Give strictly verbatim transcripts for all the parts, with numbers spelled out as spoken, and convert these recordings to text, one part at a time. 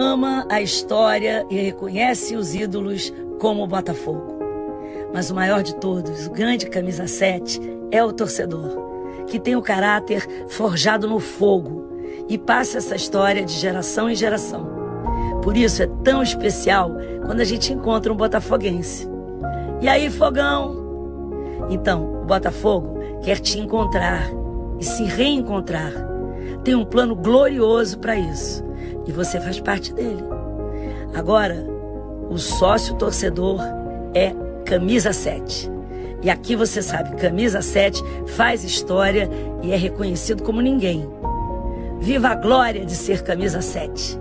ama a história e reconhece os ídolos como o Botafogo. Mas o maior de todos, o grande camisa sete, é o torcedor, que tem o caráter forjado no fogo e passa essa história de geração em geração. Por isso é tão especial quando a gente encontra um botafoguense. E aí, Fogão? Então, o Botafogo quer te encontrar e se reencontrar. Tem um plano glorioso para isso. E você faz parte dele. Agora, o sócio torcedor é Camisa sete. E aqui você sabe, Camisa sete faz história e é reconhecido como ninguém. Viva a glória de ser Camisa sete.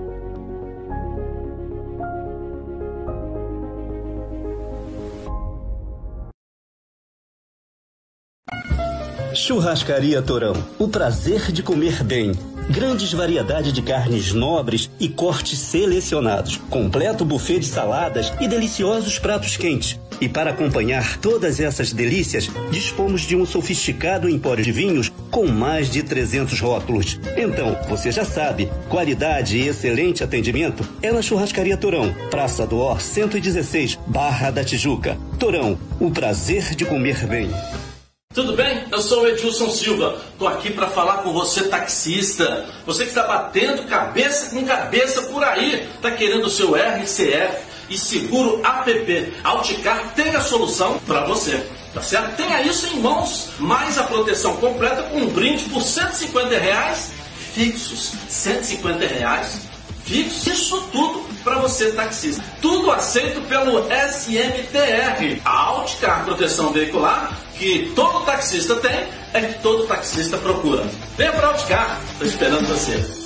Churrascaria Torão, o prazer de comer bem. Grandes variedade de carnes nobres e cortes selecionados. Completo buffet de saladas e deliciosos pratos quentes. E para acompanhar todas essas delícias, dispomos de um sofisticado empório de vinhos com mais de trezentos rótulos. Então, você já sabe, qualidade e excelente atendimento é na Churrascaria Torão, Praça do Or cento e dezesseis, Barra da Tijuca. Torão, o prazer de comer bem. Tudo bem? Eu sou o Edilson Silva. Tô aqui para falar com você, taxista. Você que está batendo cabeça com cabeça por aí, tá querendo o seu R C F e seguro app. A Alticar tem a solução para você. Tá certo? Tenha isso em mãos. Mais a proteção completa com um brinde por cento e cinquenta reais fixos. cento e cinquenta reais fixos. Isso tudo para você, taxista. Tudo aceito pelo S M T R. A Alticar Proteção Veicular, que todo taxista tem, é que todo taxista procura. Venha para a Alticar, estou esperando você.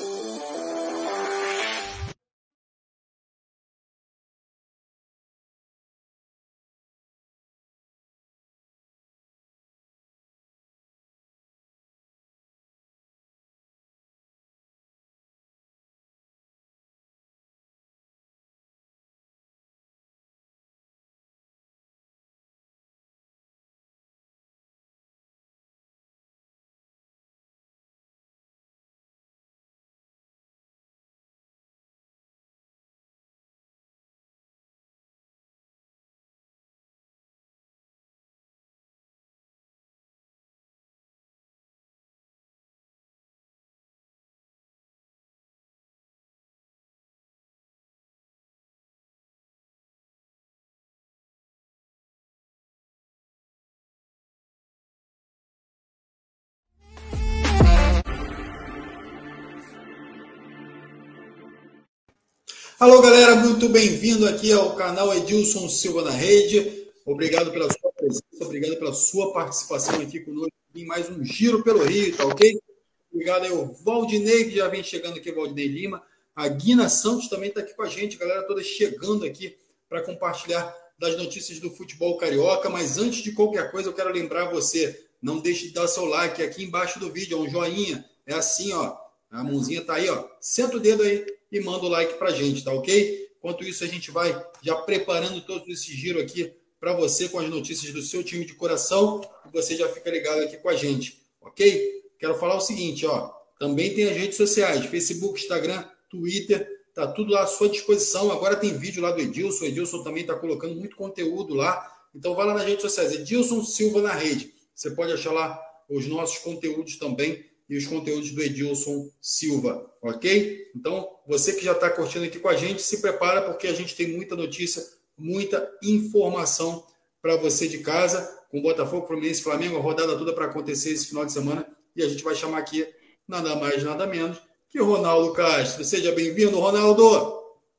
Alô, galera, muito bem-vindo aqui ao canal Edilson Silva na Rede. Obrigado pela sua presença, obrigado pela sua participação aqui conosco em mais um Giro pelo Rio, tá ok? Obrigado aí ao Valdinei, que já vem chegando aqui, Valdinei Lima. A Guina Santos também está aqui com a gente, a galera toda chegando aqui para compartilhar das notícias do futebol carioca. Mas antes de qualquer coisa, eu quero lembrar você, não deixe de dar seu like aqui embaixo do vídeo, é um joinha, é assim, ó, a mãozinha tá aí, ó, senta o dedo aí e manda o like pra gente, tá ok? Enquanto isso, a gente vai já preparando todo esse giro aqui para você com as notícias do seu time de coração e você já fica ligado aqui com a gente, ok? Quero falar o seguinte, ó, também tem as redes sociais, Facebook, Instagram, Twitter, tá tudo lá à sua disposição. Agora tem vídeo lá do Edilson, o Edilson também tá colocando muito conteúdo lá, então vai lá nas redes sociais, Edilson Silva na Rede. Você pode achar lá os nossos conteúdos também e os conteúdos do Edilson Silva, ok? Então, você que já está curtindo aqui com a gente, se prepara porque a gente tem muita notícia, muita informação para você de casa, com Botafogo, Fluminense, Flamengo, a rodada toda para acontecer esse final de semana, e a gente vai chamar aqui nada mais, nada menos que Ronaldo Castro. Seja bem-vindo, Ronaldo!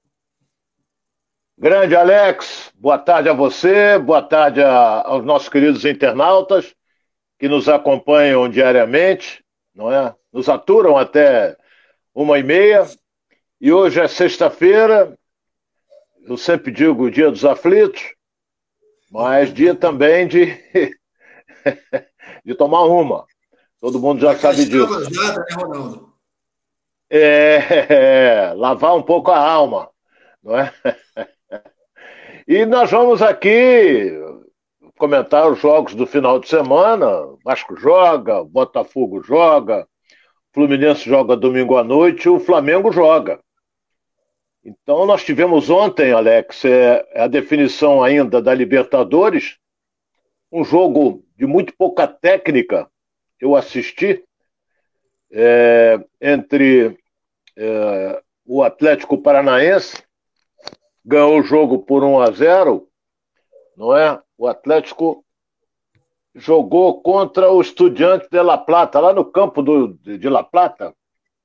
Grande Alex, boa tarde a você, boa tarde a, aos nossos queridos internautas que nos acompanham diariamente, não é? Nos aturam até uma e meia, e hoje é sexta-feira, eu sempre digo dia dos aflitos, mas dia também de, de tomar uma, todo mundo já sabe disso. Nada, né, Ronaldo? É, é, lavar um pouco a alma, não é? E nós vamos aqui comentar os jogos do final de semana. Vasco joga, Botafogo joga, Fluminense joga domingo à noite, o Flamengo joga. Então, nós tivemos ontem, Alex, é, a definição ainda da Libertadores, um jogo de muito pouca técnica, eu assisti, é, entre é, o Atlético Paranaense, ganhou o jogo por um a zero, não é? O Atlético jogou contra o Estudiantes de La Plata, lá no campo do, de La Plata,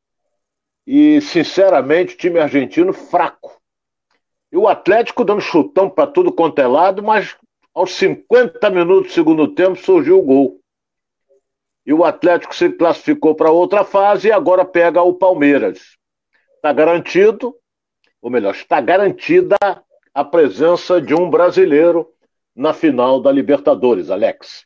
e, sinceramente, time argentino fraco. E o Atlético dando chutão para tudo quanto é lado, mas aos cinquenta minutos do segundo tempo surgiu o gol. E o Atlético se classificou para outra fase e agora pega o Palmeiras. Está garantido, ou melhor, está garantida a presença de um brasileiro na final da Libertadores, Alex.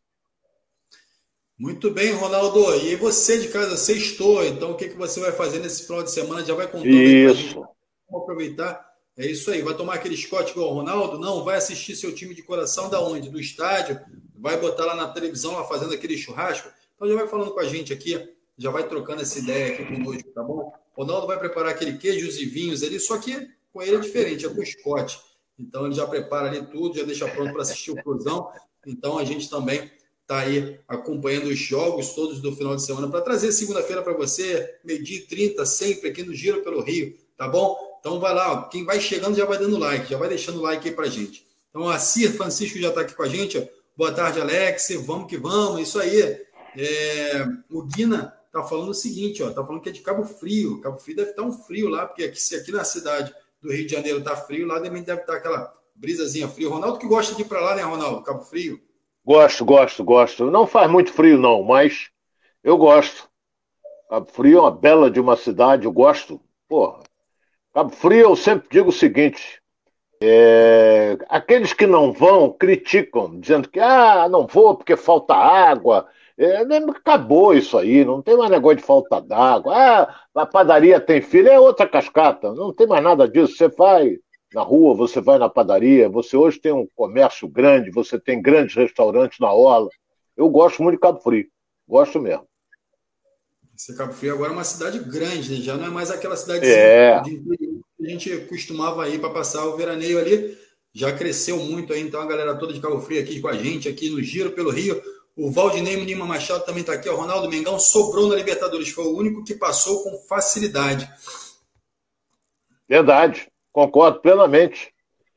Muito bem, Ronaldo. E você de casa, sextou, então o que, que você vai fazer nesse final de semana? Já vai contando aí pra gente. Vamos aproveitar. É isso aí. Vai tomar aquele Scott igual o Ronaldo? Não, vai assistir seu time de coração da onde? Do estádio? Vai botar lá na televisão, lá fazendo aquele churrasco? Então já vai falando com a gente aqui, já vai trocando essa ideia aqui conosco, tá bom? Ronaldo vai preparar aquele queijos e vinhos ali, só que com ele é diferente, é com o Scott. Então ele já prepara ali tudo, já deixa pronto para assistir o Cruzão. Então a gente também está aí acompanhando os jogos todos do final de semana para trazer segunda-feira para você, meio-dia e trinta, sempre aqui no Giro pelo Rio, tá bom? Então vai lá, ó, quem vai chegando já vai dando like, já vai deixando o like aí para gente. Então a Cir Francisco já está aqui com a gente, ó. Boa tarde, Alex, vamos que vamos, isso aí. É, o Guina está falando o seguinte, ó, tá falando que é de Cabo Frio, Cabo Frio deve estar um frio lá, porque aqui, se aqui na cidade do Rio de Janeiro está frio, lá também deve estar aquela brisazinha fria. Ronaldo que gosta de ir para lá, né, Ronaldo? Cabo Frio? Gosto, gosto, gosto. Não faz muito frio, não, mas eu gosto. Cabo Frio é uma bela de uma cidade, eu gosto. Porra, Cabo Frio, eu sempre digo o seguinte, é, aqueles que não vão criticam, dizendo que ah, não vou porque falta água. É, acabou isso aí, não tem mais negócio de falta d'água. Ah, a padaria tem fila, é outra cascata, não tem mais nada disso. Você vai na rua, você vai na padaria, você hoje tem um comércio grande, você tem grandes restaurantes na orla. Eu gosto muito de Cabo Frio, gosto mesmo. Esse Cabo Frio agora é uma cidade grande, né? Já não é mais aquela cidade é. de interior que a gente costumava ir para passar o veraneio ali. Já cresceu muito aí, então a galera toda de Cabo Frio aqui com a gente, aqui no Giro pelo Rio. O Valdinei Lima Machado também está aqui. O Ronaldo Mengão sobrou na Libertadores, foi o único que passou com facilidade. Verdade, concordo plenamente.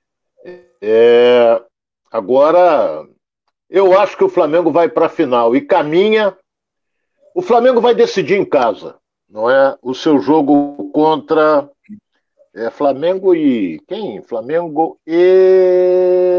É... Agora, eu acho que o Flamengo vai para a final e caminha. O Flamengo vai decidir em casa, não é? O seu jogo contra é, Flamengo e quem? Flamengo e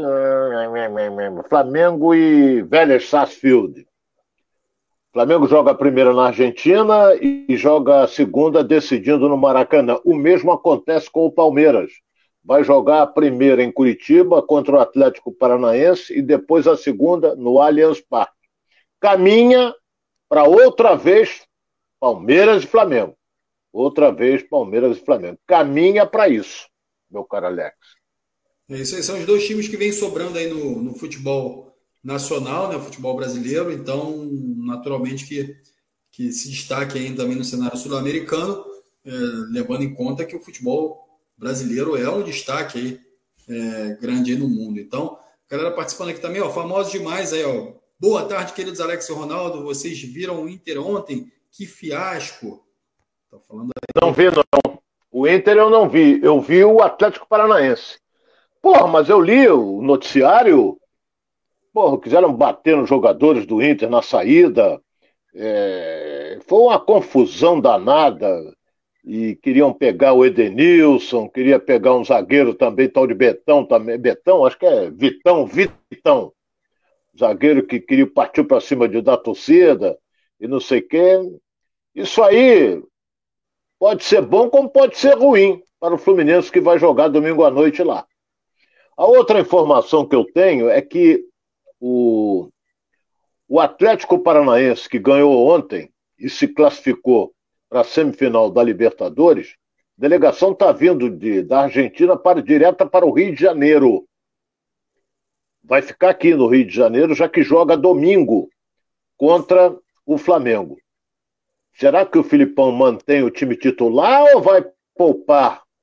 Flamengo e Vélez Sarsfield. Flamengo joga a primeira na Argentina e joga a segunda decidindo no Maracanã. O mesmo acontece com o Palmeiras. Vai jogar a primeira em Curitiba contra o Atlético Paranaense e depois a segunda no Allianz Parque. Caminha para outra vez Palmeiras e Flamengo. Outra vez Palmeiras e Flamengo. Caminha para isso, meu caro Alex. É isso aí, são os dois times que vêm sobrando aí no, no futebol nacional, né, futebol brasileiro, então naturalmente que, que se destaque aí também no cenário sul-americano, é, levando em conta que o futebol brasileiro é um destaque aí, é, grande aí no mundo. Então, a galera participando aqui também, ó, famosos demais aí, ó. Boa tarde, queridos Alex e Ronaldo, vocês viram o Inter ontem? Que fiasco! Tá falando aí. Não vi, não. O Inter eu não vi, eu vi o Atlético Paranaense. Porra, mas eu li o noticiário. Porra, quiseram bater nos jogadores do Inter na saída. É, foi uma confusão danada. E queriam pegar o Edenilson, queria pegar um zagueiro também, tal de Betão, também. Betão, acho que é Vitão, Vitão. Zagueiro que queria partir para cima de, da torcida e não sei o quê. Isso aí pode ser bom como pode ser ruim para o Fluminense que vai jogar domingo à noite lá. A outra informação que eu tenho é que O, o Atlético Paranaense, que ganhou ontem e se classificou para a semifinal da Libertadores, a delegação está vindo de, da Argentina para, direta para o Rio de Janeiro. Vai ficar aqui no Rio de Janeiro, já que joga domingo contra o Flamengo. Será que o Filipão mantém o time titular ou vai poupar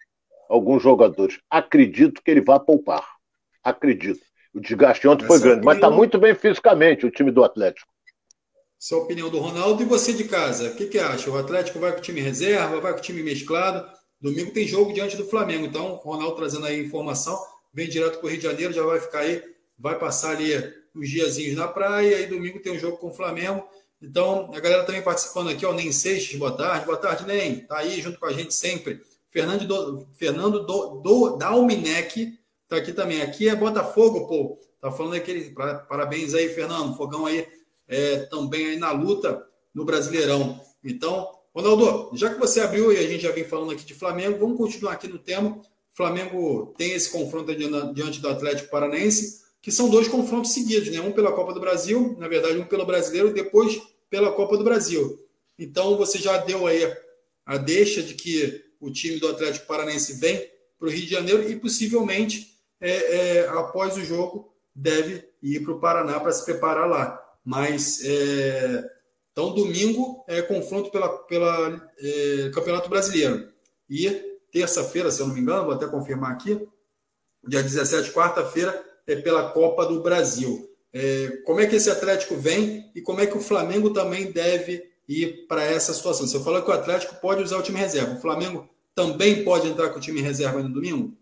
alguns jogadores. Acredito que ele vai poupar. Acredito. O desgaste ontem foi Essa é a grande, mas está opinião, muito bem fisicamente o time do Atlético. essa é a opinião do Ronaldo. E você de casa, o que, que acha? O Atlético vai com o time reserva, vai com o time mesclado? Domingo tem jogo diante do Flamengo. Então, o Ronaldo trazendo aí informação, vem direto para o Rio de Janeiro, já vai ficar aí, vai passar ali uns diazinhos na praia, e aí domingo tem um jogo com o Flamengo. Então, a galera também participando aqui, ó, Nem Seixas, boa tarde. Boa tarde, Nem. Tá aí junto com a gente sempre. Fernando, do, Fernando do, do, Dalminec tá aqui também. Aqui é Botafogo, pô. Tá falando aquele. Parabéns aí, Fernando. Fogão aí é, também aí na luta no Brasileirão. Então, Ronaldo, já que você abriu e a gente já vem falando aqui de Flamengo, vamos continuar aqui no tema. O Flamengo tem esse confronto diante do Atlético Paranaense, que são dois confrontos seguidos, né? Um pela Copa do Brasil, na verdade, um pelo Brasileiro e depois pela Copa do Brasil. Então, você já deu aí a deixa de que o time do Atlético Paranaense vem para o Rio de Janeiro e possivelmente, é, é, após o jogo, deve ir para o Paraná para se preparar lá. Mas, é, então, domingo é confronto pela, pela é, Campeonato Brasileiro. E terça-feira, se eu não me engano, vou até confirmar aqui, dia dezessete, quarta-feira, é pela Copa do Brasil. É, como é que esse Atlético vem e como é que o Flamengo também deve ir para essa situação? Você falou que o Atlético pode usar o time reserva. O Flamengo também pode entrar com o time reserva no domingo?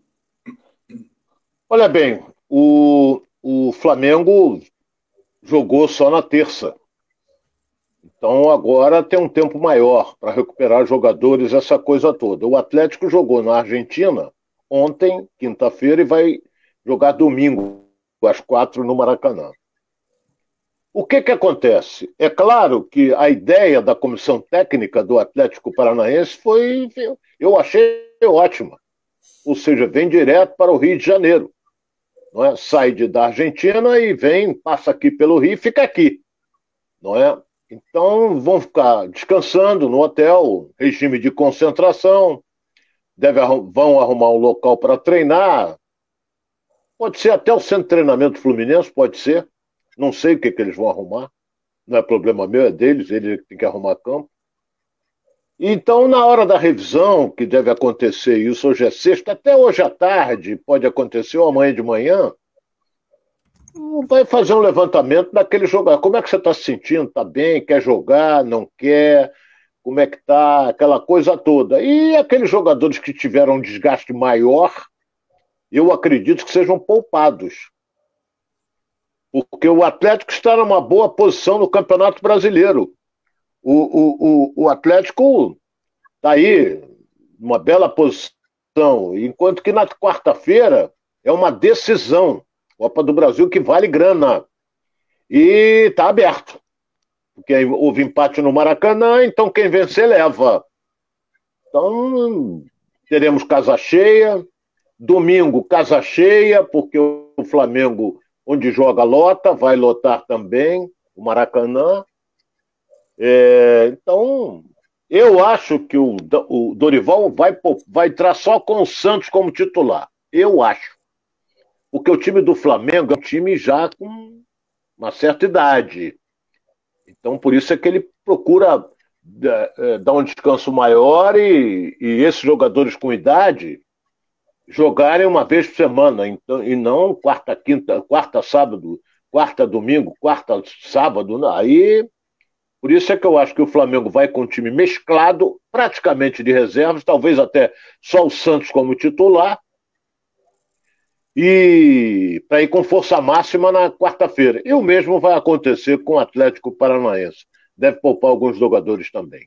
Olha bem, o, o Flamengo jogou só na terça. Então agora tem um tempo maior para recuperar jogadores, essa coisa toda. O Atlético jogou na Argentina ontem, quinta-feira, e vai jogar domingo, às quatro, no Maracanã. O que que acontece? É claro que a ideia da comissão técnica do Atlético Paranaense foi, eu achei ótima. Ou seja, vem direto para o Rio de Janeiro. Não é? Sai de, da Argentina e vem, passa aqui pelo Rio e fica aqui. Não é? Então vão ficar descansando no hotel, regime de concentração, deve, vão arrumar um local para treinar. Pode ser até o centro de treinamento Fluminense, pode ser. Não sei o que, que eles vão arrumar. Não é problema meu, é deles, eles têm que arrumar campo. Então, na hora da revisão, que deve acontecer, isso hoje é sexta, até hoje à tarde, pode acontecer, ou amanhã de manhã, vai fazer um levantamento daquele jogador. Como é que você está se sentindo? Está bem? Quer jogar? Não quer? Como é que está? Aquela coisa toda. E aqueles jogadores que tiveram um desgaste maior, eu acredito que sejam poupados. Porque o Atlético está numa boa posição no Campeonato Brasileiro. O, o, o, o Atlético está aí, numa bela posição, enquanto que na quarta-feira é uma decisão. Copa do Brasil que vale grana. E está aberto. Porque houve empate no Maracanã, então quem vencer leva. Então, teremos casa cheia. Domingo, casa cheia, porque o Flamengo, onde joga, lota, vai lotar também, o Maracanã. É, então, eu acho que o, o Dorival vai, vai entrar só com o Santos como titular. Eu acho. Porque o time do Flamengo é um time já com uma certa idade. Então, por isso é que ele procura é, é, dar um descanso maior e, e esses jogadores com idade jogarem uma vez por semana, então, e não quarta, quinta, quarta, sábado, quarta, domingo, quarta, sábado. Não. Aí, por isso é que eu acho que o Flamengo vai com um time mesclado, praticamente de reservas, talvez até só o Santos como titular, e para ir com força máxima na quarta-feira. E o mesmo vai acontecer com o Atlético Paranaense. Deve poupar alguns jogadores também.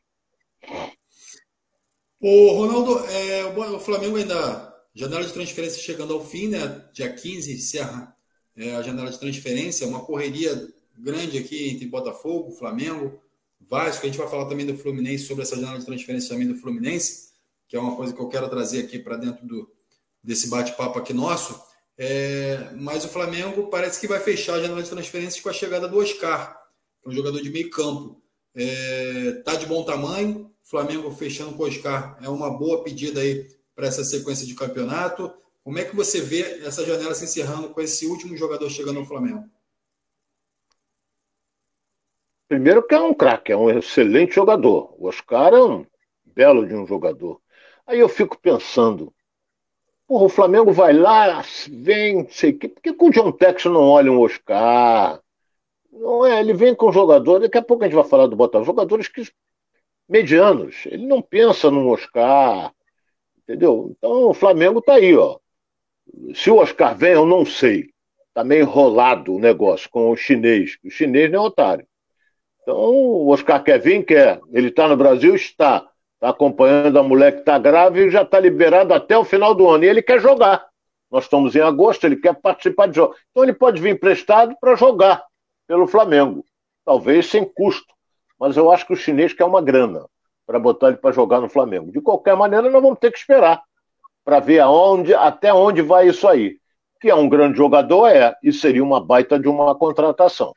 Ô, Ronaldo, é, o Flamengo ainda... Janela de transferência chegando ao fim, né? Dia quinze encerra é, a janela de transferência. Uma correria grande aqui entre Botafogo, Flamengo, Vasco. A gente vai falar também do Fluminense, sobre essa janela de transferência também do Fluminense, que é uma coisa que eu quero trazer aqui para dentro do, desse bate-papo aqui nosso. É, mas o Flamengo parece que vai fechar a janela de transferências com a chegada do Oscar, que é um jogador de meio campo. É, tá de bom tamanho. Flamengo fechando com o Oscar é uma boa pedida aí para essa sequência de campeonato. Como é que você vê essa janela se encerrando com esse último jogador chegando ao Flamengo? Primeiro que é um craque, é um excelente jogador. O Oscar é um belo de um jogador. Aí eu fico pensando, Porra, o Flamengo vai lá, vem, não sei o quê. Por que que o John Textor não olha um Oscar? Não é, ele vem com jogadores, daqui a pouco a gente vai falar do Botafogo, jogadores que, medianos. Ele não pensa num Oscar, entendeu? Então o Flamengo tá aí, ó. Se o Oscar vem, eu não sei. Tá meio enrolado o negócio com o chinês. O chinês não é otário. Então, o Oscar quer vir, quer. Ele está no Brasil, está. Está acompanhando a mulher que está grávida e já está liberado até o final do ano. E ele quer jogar. Nós estamos em agosto, ele quer participar de jogos. Então, ele pode vir emprestado para jogar pelo Flamengo. Talvez sem custo. Mas eu acho que o chinês quer uma grana para botar ele para jogar no Flamengo. De qualquer maneira, nós vamos ter que esperar para ver aonde, até onde vai isso aí. Que é um grande jogador, é. E seria uma baita de uma contratação.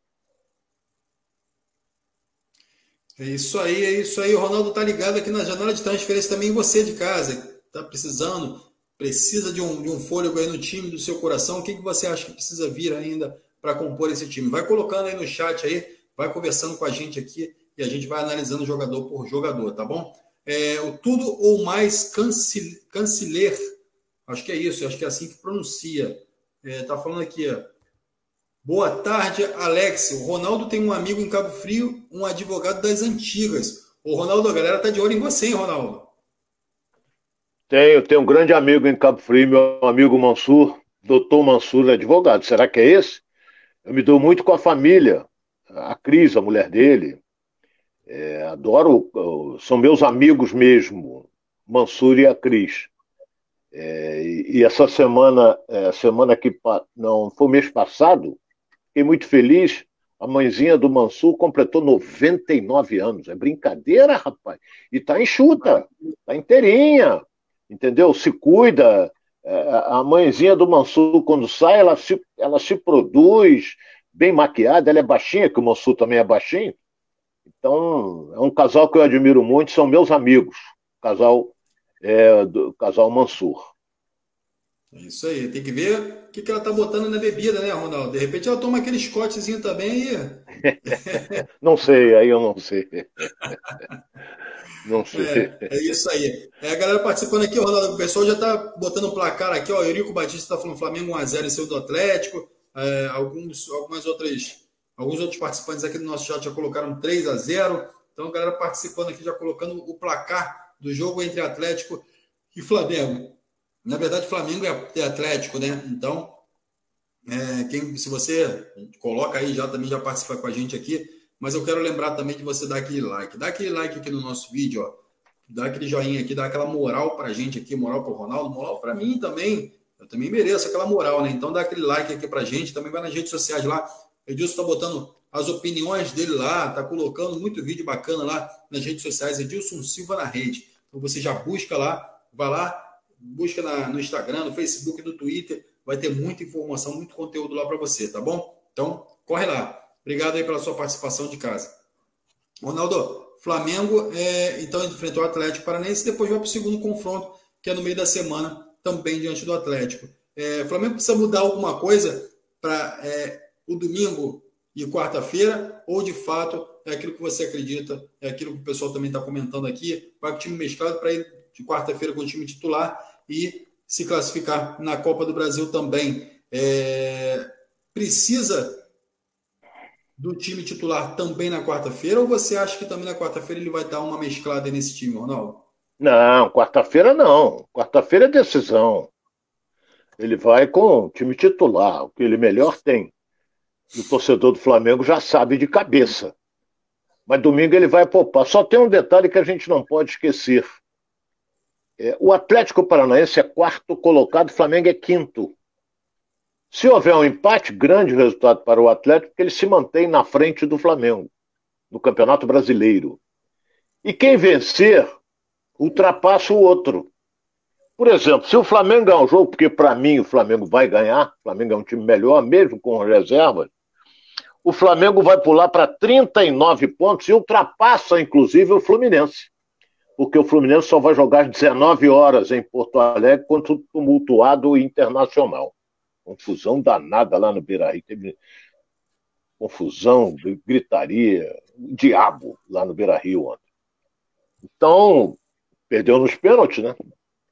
É isso aí, é isso aí. O Ronaldo tá ligado aqui na janela de transferência também. Você de casa, tá precisando, precisa de um, de um fôlego aí no time do seu coração. O que, que você acha que precisa vir ainda para compor esse time? Vai colocando aí no chat aí, vai conversando com a gente aqui e a gente vai analisando jogador por jogador, tá bom? É, o Tudo ou Mais cancil, Canciller, acho que é isso, acho que é assim que pronuncia. É, tá falando aqui, ó. Boa tarde, Alex. O Ronaldo tem um amigo em Cabo Frio, um advogado das antigas. Ô, Ronaldo, a galera tá de olho em você, hein, Ronaldo? Tenho, tenho um grande amigo em Cabo Frio, meu amigo Mansur, doutor Mansur, advogado. Será que é esse? Eu me dou muito com a família, a Cris, a mulher dele. É, adoro, são meus amigos mesmo, Mansur e a Cris. É, e, e essa semana, é, semana que não foi o mês passado, fiquei muito feliz. A mãezinha do Mansur completou noventa e nove anos. É brincadeira, rapaz. E tá enxuta, tá inteirinha, entendeu? Se cuida. É, a mãezinha do Mansur, quando sai, ela se, ela se produz bem maquiada. Ela é baixinha, que o Mansur também é baixinho. Então, é um casal que eu admiro muito, são meus amigos. Casal, é, do casal Mansur. É isso aí, tem que ver o que, que ela tá botando na bebida, né, Ronaldo? De repente ela toma aquele Scottzinho também e... Não sei, aí eu não sei. Não sei. É, é isso aí. É, a galera participando aqui, Ronaldo, o pessoal já tá botando um placar aqui, ó. Eurico Batista tá falando Flamengo um a zero em cima do Atlético. É, alguns, algumas outras, alguns outros participantes aqui do nosso chat já colocaram três a zero. Então a galera participando aqui, já colocando o placar do jogo entre Atlético e Flamengo. Na verdade, Flamengo é Atlético, né? Então, é, quem, se você coloca aí, já também já participa com a gente aqui. Mas eu quero lembrar também de você dar aquele like. Dá aquele like aqui no nosso vídeo, ó. Dá aquele joinha aqui, dá aquela moral pra gente aqui, moral pro Ronaldo, moral pra mim também. Eu também mereço aquela moral, né? Então dá aquele like aqui pra gente. Também vai nas redes sociais lá. O Edilson tá botando as opiniões dele lá, tá colocando muito vídeo bacana lá nas redes sociais. Edilson Silva na rede. Então você já busca lá, vai lá, busca na, no Instagram, no Facebook, no Twitter. Vai ter muita informação, muito conteúdo lá pra você, tá bom? Então, corre lá. Obrigado aí pela sua participação de casa. Ronaldo, Flamengo é, então enfrentou o Atlético Paranaense e depois vai para o segundo confronto, que é no meio da semana, também diante do Atlético. É, o Flamengo precisa mudar alguma coisa para é, o domingo e quarta-feira, ou de fato é aquilo que você acredita, é aquilo que o pessoal também está comentando aqui, vai com o time mesclado para ir de quarta-feira com o time titular e se classificar na Copa do Brasil também. É, precisa do time titular também na quarta-feira, ou você acha que também na quarta-feira ele vai dar uma mesclada nesse time, Ronaldo? Não, quarta-feira não. Quarta-feira é decisão. Ele vai com o time titular, o que ele melhor tem. E o torcedor do Flamengo já sabe de cabeça. Mas domingo ele vai poupar. Só tem um detalhe que a gente não pode esquecer. É, o Atlético Paranaense é quarto colocado, o Flamengo é quinto. Se houver um empate, grande resultado para o Atlético, porque ele se mantém na frente do Flamengo, no Campeonato Brasileiro. E quem vencer, ultrapassa o outro. Por exemplo, se o Flamengo ganhar um jogo, porque para mim o Flamengo vai ganhar, o Flamengo é um time melhor, mesmo com reservas, o Flamengo vai pular para trinta e nove pontos e ultrapassa, inclusive, o Fluminense. Porque o Fluminense só vai jogar às dezenove horas em Porto Alegre contra o tumultuado Internacional. Confusão danada lá no Beira-Rio. Teve confusão, gritaria, diabo lá no Beira-Rio ontem. Então, perdeu nos pênaltis, né?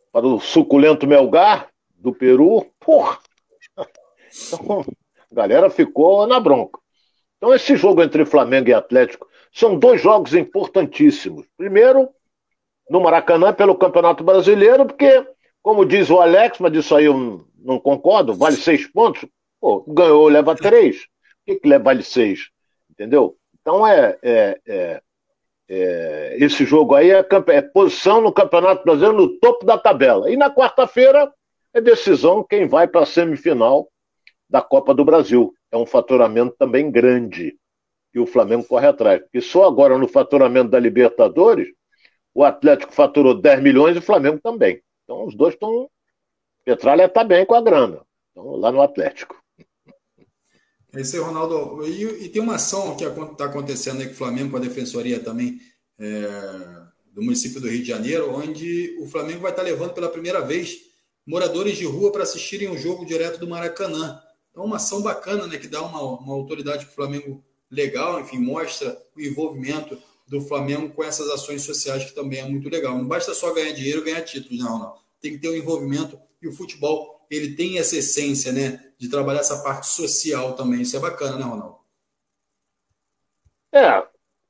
para o suculento Melgar, do Peru, porra! Então, a galera ficou na bronca. Então, esse jogo entre Flamengo e Atlético são dois jogos importantíssimos. Primeiro, no Maracanã, pelo Campeonato Brasileiro, porque, como diz o Alex, mas disso aí eu não, não concordo, vale seis pontos. Pô, ganhou, leva três. O que, que leva vale seis? Entendeu? Então, é, é, é, é esse jogo aí é, é posição no Campeonato Brasileiro no topo da tabela. E na quarta-feira é decisão quem vai para a semifinal da Copa do Brasil. É um faturamento também grande que o Flamengo corre atrás. Porque só agora no faturamento da Libertadores, o Atlético faturou dez milhões e o Flamengo também. Então os dois estão... Petralha está bem com a grana. Então, lá no Atlético. É isso aí, Ronaldo. E, e tem uma ação que está acontecendo aí com o Flamengo, com a Defensoria também, é, do município do Rio de Janeiro, onde o Flamengo vai estar levando pela primeira vez moradores de rua para assistirem o jogo direto do Maracanã. Então, uma ação bacana, né, que dá uma, uma autoridade para o Flamengo legal, enfim, mostra o envolvimento do Flamengo com essas ações sociais, que também é muito legal. Não basta só ganhar dinheiro, ganhar títulos, não, não. Tem que ter o um envolvimento, e o futebol, ele tem essa essência, né, de trabalhar essa parte social também. Isso é bacana, né, Ronaldo? É.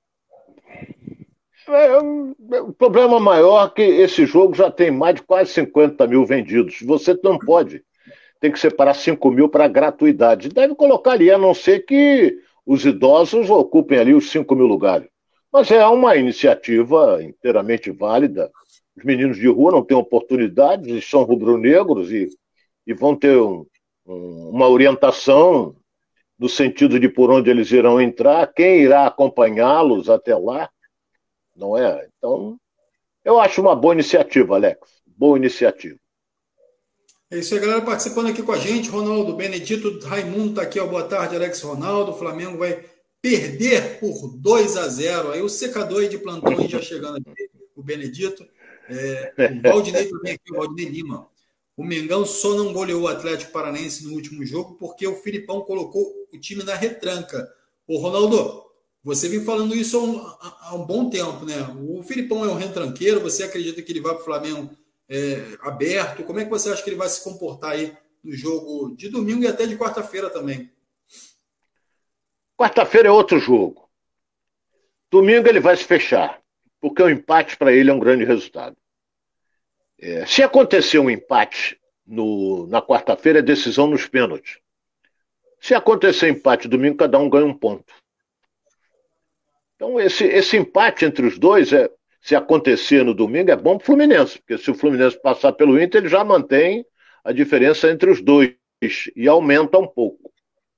é o problema maior é que esse jogo já tem mais de quase cinquenta mil vendidos. Você não pode. Tem que separar cinco mil para gratuidade. Deve colocar ali, a não ser que os idosos ocupem ali os cinco mil lugares. Mas é uma iniciativa inteiramente válida. Os meninos de rua não têm oportunidade, eles são rubro-negros e, e vão ter um, um, uma orientação no sentido de por onde eles irão entrar, quem irá acompanhá-los até lá, não é? Então, eu acho uma boa iniciativa, Alex. Boa iniciativa. É isso aí, galera, participando aqui com a gente. Ronaldo Benedito, Raimundo está aqui, ó. Boa tarde, Alex Ronaldo. O Flamengo vai perder por dois a zero. Aí o secador aí de plantão aí já chegando aqui, o Benedito. É, o Valdinei também aqui, o Valdinei Lima. O Mengão só não goleou o Atlético Paranaense no último jogo porque o Filipão colocou o time na retranca. Ô, Ronaldo, você vem falando isso há um, há um bom tempo, né? O Filipão é um retranqueiro, você acredita que ele vai para o Flamengo É, aberto? Como é que você acha que ele vai se comportar aí no jogo de domingo e até de quarta-feira também? Quarta-feira é outro jogo. Domingo ele vai se fechar, porque o empate para ele é um grande resultado. É, se acontecer um empate no, na quarta-feira, é decisão nos pênaltis. Se acontecer empate domingo, cada um ganha um ponto. Então esse, esse empate entre os dois é se acontecer no domingo, é bom para o Fluminense, porque se o Fluminense passar pelo Inter, ele já mantém a diferença entre os dois e aumenta um pouco.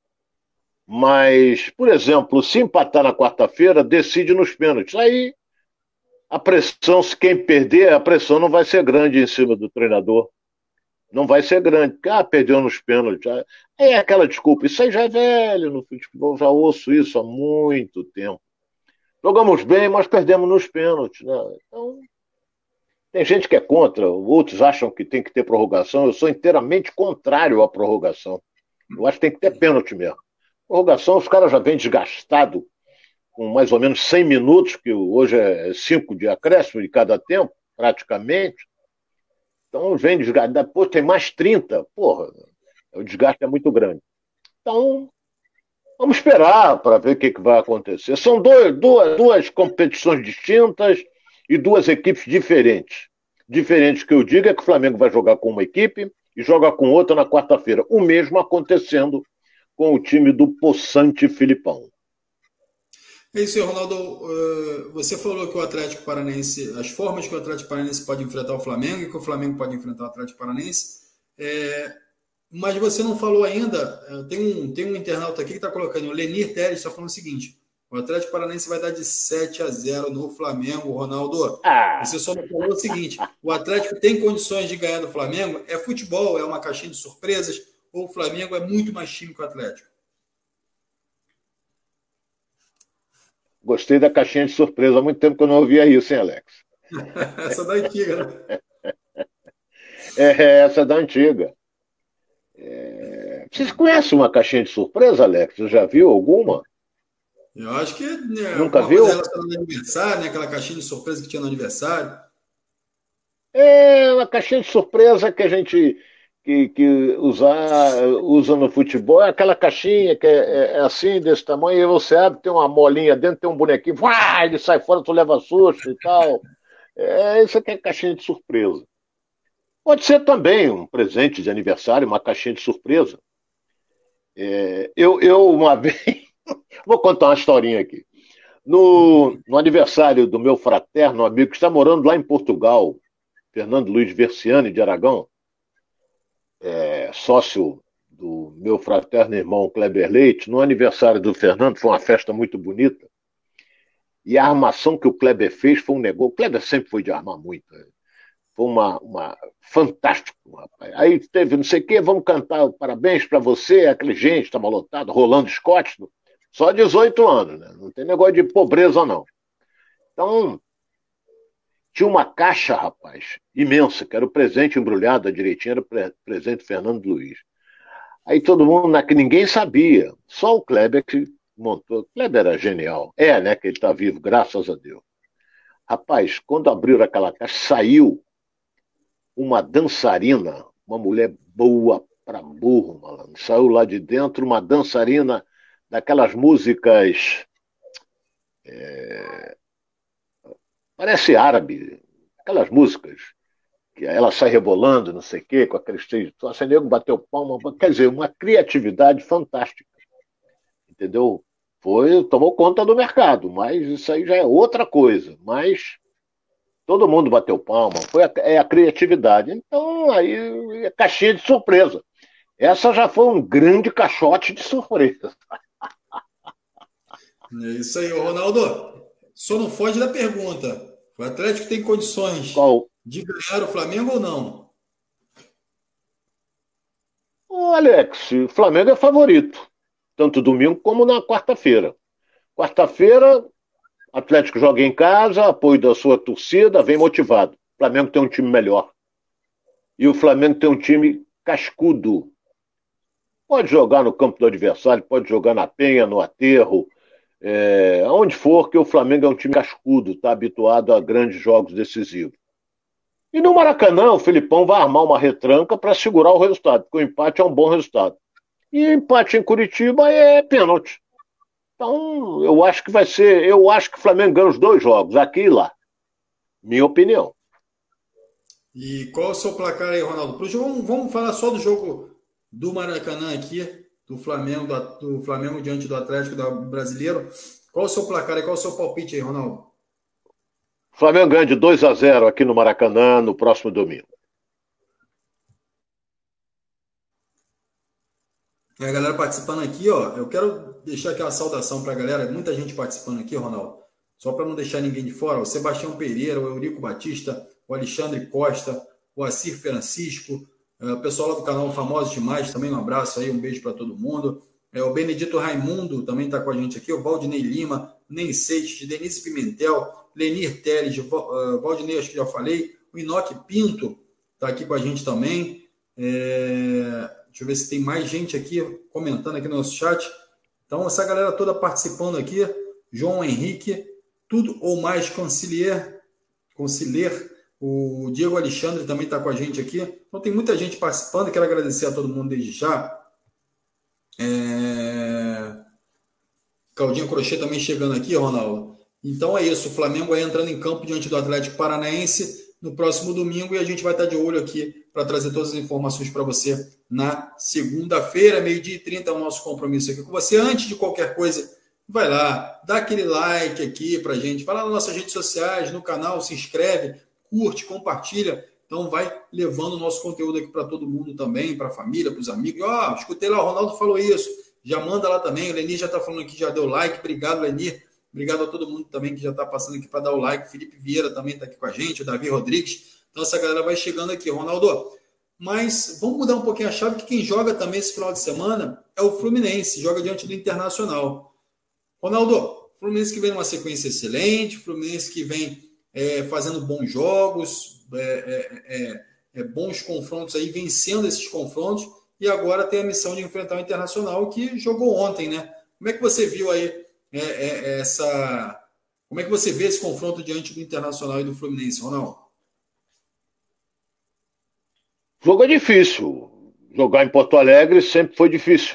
Mas, por exemplo, se empatar na quarta-feira, decide nos pênaltis. Aí a pressão, se quem perder, a pressão não vai ser grande em cima do treinador. Não vai ser grande, porque ah, perdeu nos pênaltis. É aquela desculpa, isso aí já é velho no futebol, já ouço isso há muito tempo. Jogamos bem, mas perdemos nos pênaltis, né? Então, tem gente que é contra, outros acham que tem que ter prorrogação. Eu sou inteiramente contrário à prorrogação. Eu acho que tem que ter pênalti mesmo. Prorrogação, os caras já vêm desgastados, com mais ou menos cem minutos, que hoje é cinco de acréscimo de cada tempo, praticamente. Então, vem desgastados. Depois tem mais trinta. Porra, o desgaste é muito grande. Então, vamos esperar para ver o que, que vai acontecer. São dois, duas, duas competições distintas e duas equipes diferentes. Diferente que eu digo é que o Flamengo vai jogar com uma equipe e joga com outra na quarta-feira. O mesmo acontecendo com o time do possante Filipão. É isso aí, Ronaldo. Você falou que o Atlético Paranaense, as formas que o Atlético Paranaense pode enfrentar o Flamengo e que o Flamengo pode enfrentar o Atlético Paranaense. É... Mas você não falou ainda, tem um, tem um internauta aqui que está colocando, o Lenir Teres está falando o seguinte: o Atlético Paranaense vai dar de sete a zero no Flamengo, Ronaldo. Ah. Você só não falou o seguinte: o Atlético tem condições de ganhar do Flamengo? É futebol, é uma caixinha de surpresas, ou o Flamengo é muito mais time que o Atlético? Gostei da caixinha de surpresa, há muito tempo que eu não ouvia isso, hein, Alex? Essa da antiga, né? É, essa da antiga. É... Vocês conhecem uma caixinha de surpresa, Alex? Você já viu alguma? Eu acho que né, nunca viu? Coisa relacionada ao aniversário, né? Aquela caixinha de surpresa que tinha no aniversário. É uma caixinha de surpresa que a gente que, que usa, usa no futebol. É aquela caixinha que é, é- é assim, desse tamanho, e você abre, tem uma molinha dentro, tem um bonequinho, vai, ele sai fora, tu leva susto e tal. É, isso aqui é caixinha de surpresa. Pode ser também um presente de aniversário, uma caixinha de surpresa. É, eu, eu, uma vez, vou contar uma historinha aqui. No, no aniversário do meu fraterno amigo que está morando lá em Portugal, Fernando Luiz Versiani de Aragão, é, sócio do meu fraterno irmão Kleber Leite, no aniversário do Fernando, foi uma festa muito bonita, e a armação que o Kleber fez foi um negócio. O Kleber sempre foi de armar muito. Né? Foi uma, uma fantástico, rapaz. Aí teve não sei o quê, vamos cantar parabéns para você, aquele gente, estava lotado, Rolando Scott, só dezoito anos, né? Não tem negócio de pobreza, não. Então, tinha uma caixa, rapaz, imensa, que era o presente embrulhado direitinho, era o pre presente Fernando Luiz. Aí todo mundo, na que ninguém sabia, só o Kleber que montou. O Kleber era genial. É, né, que ele está vivo, graças a Deus. Rapaz, quando abriram aquela caixa, saiu uma dançarina, uma mulher boa pra burro, malandro. Saiu lá de dentro uma dançarina daquelas músicas, é, parece árabe, aquelas músicas que ela sai rebolando, não sei o quê, com aqueles três. Assim, nego bateu palma, quer dizer, uma criatividade fantástica, entendeu? Foi, tomou conta do mercado, mas isso aí já é outra coisa. Mas todo mundo bateu palma, foi a, é a criatividade. Então, aí é caixinha de surpresa. Essa já foi um grande caixote de surpresa. É isso aí, ô Ronaldo. Só não foge da pergunta. O Atlético tem condições Qual? de ganhar o Flamengo ou não? Ô, Alex, o Flamengo é favorito, tanto domingo como na quarta-feira. Quarta-feira, Atlético joga em casa, apoio da sua torcida, vem motivado. O Flamengo tem um time melhor. E o Flamengo tem um time cascudo. Pode jogar no campo do adversário, pode jogar na penha, no aterro, é, aonde for, que o Flamengo é um time cascudo, está habituado a grandes jogos decisivos. E no Maracanã, o Felipão vai armar uma retranca para segurar o resultado, porque o empate é um bom resultado. E empate em Curitiba é pênalti. Então, eu acho que vai ser. Eu acho que o Flamengo ganha os dois jogos, aqui e lá. Minha opinião. E qual é o seu placar aí, Ronaldo? Pro jogo, vamos falar só do jogo do Maracanã aqui, do Flamengo, do, do Flamengo diante do Atlético do Brasileiro. Qual é o seu placar e qual é o seu palpite aí, Ronaldo? O Flamengo ganha de dois a zero aqui no Maracanã no próximo domingo. E a galera participando aqui, ó, eu quero deixar aqui uma saudação para a galera, muita gente participando aqui, Ronaldo, só para não deixar ninguém de fora, o Sebastião Pereira, o Eurico Batista, o Alexandre Costa, o Acir Francisco, o pessoal lá do canal Famosos Demais, também um abraço aí, um beijo para todo mundo, é, o Benedito Raimundo também está com a gente aqui, o Valdinei Lima, Ney Seixas, Denise Pimentel, Lenir Teles, Valdinei, acho que já falei, o Inoque Pinto está aqui com a gente também, é... Deixa eu ver se tem mais gente aqui comentando aqui no nosso chat. Então, essa galera toda participando aqui. João Henrique, tudo ou mais concilier, concilier. O Diego Alexandre também está com a gente aqui. Então, tem muita gente participando. Quero agradecer a todo mundo desde já. É... Claudinha Crochê também chegando aqui, Ronaldo. Então, é isso. O Flamengo vai entrando em campo diante do Atlético Paranaense no próximo domingo e a gente vai estar de olho aqui para trazer todas as informações para você na segunda-feira, meio-dia e trinta, é o nosso compromisso aqui com você. Antes de qualquer coisa, vai lá, dá aquele like aqui para a gente, vai lá nas nossas redes sociais, no canal, se inscreve, curte, compartilha. Então vai levando o nosso conteúdo aqui para todo mundo também, para a família, para os amigos. Ó, oh, escutei lá, o Ronaldo falou isso, já manda lá também. O Lenir já está falando aqui, já deu like. Obrigado, Lenir. Obrigado a todo mundo também que já está passando aqui para dar o like. Felipe Vieira também está aqui com a gente, o Davi Rodrigues. Então essa galera vai chegando aqui, Ronaldo. Mas vamos mudar um pouquinho a chave, que quem joga também esse final de semana é o Fluminense, joga diante do Internacional. Ronaldo, Fluminense que vem numa sequência excelente, Fluminense que vem é, fazendo bons jogos, é, é, é, é, bons confrontos aí, vencendo esses confrontos, e agora tem a missão de enfrentar o Internacional, que jogou ontem, né? Como é que você viu aí É, é, essa... Como é que você vê esse confronto diante do Internacional e do Fluminense, Ronaldo? O jogo é difícil. Jogar em Porto Alegre sempre foi difícil.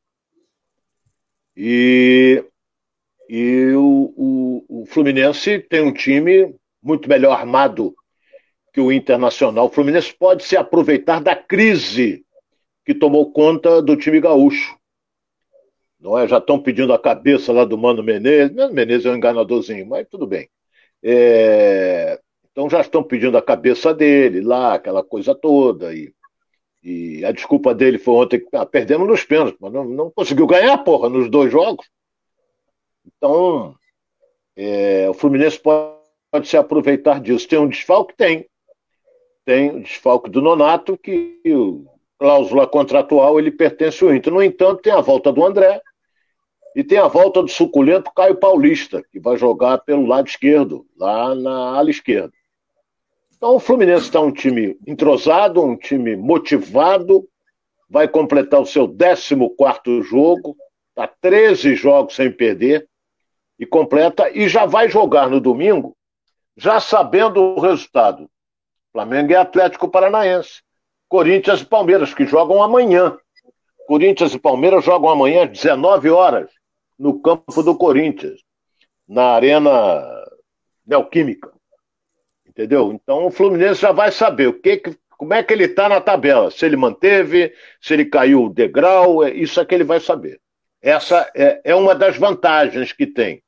E, e o, o, o Fluminense tem um time muito melhor armado que o Internacional. O Fluminense pode se aproveitar da crise que tomou conta do time gaúcho. Não é? Já estão pedindo a cabeça lá do Mano Menezes. Mano Menezes é um enganadorzinho, mas tudo bem. É... Então já estão pedindo a cabeça dele lá, aquela coisa toda. E, e a desculpa dele foi ontem que ah, perdemos nos pênaltis, mas não, não conseguiu ganhar, porra, nos dois jogos. Então, é... o Fluminense pode, pode se aproveitar disso. Tem um desfalque? Tem. Tem o desfalque do Nonato, que o cláusula contratual ele pertence ao Inter. No entanto, tem a volta do André e tem a volta do suculento Caio Paulista, que vai jogar pelo lado esquerdo, lá na ala esquerda. Então o Fluminense está um time entrosado, um time motivado, vai completar o seu décimo quarto jogo, está treze jogos sem perder, e completa, e já vai jogar no domingo, já sabendo o resultado. Flamengo e Atlético Paranaense. Corinthians e Palmeiras, que jogam amanhã. Corinthians e Palmeiras jogam amanhã às dezenove horas, no campo do Corinthians, na Arena Neoquímica. Entendeu? Então o Fluminense já vai saber o que, como é que ele está na tabela. Se ele manteve, se ele caiu o degrau, isso é que ele vai saber. Essa é, é uma das vantagens que tem.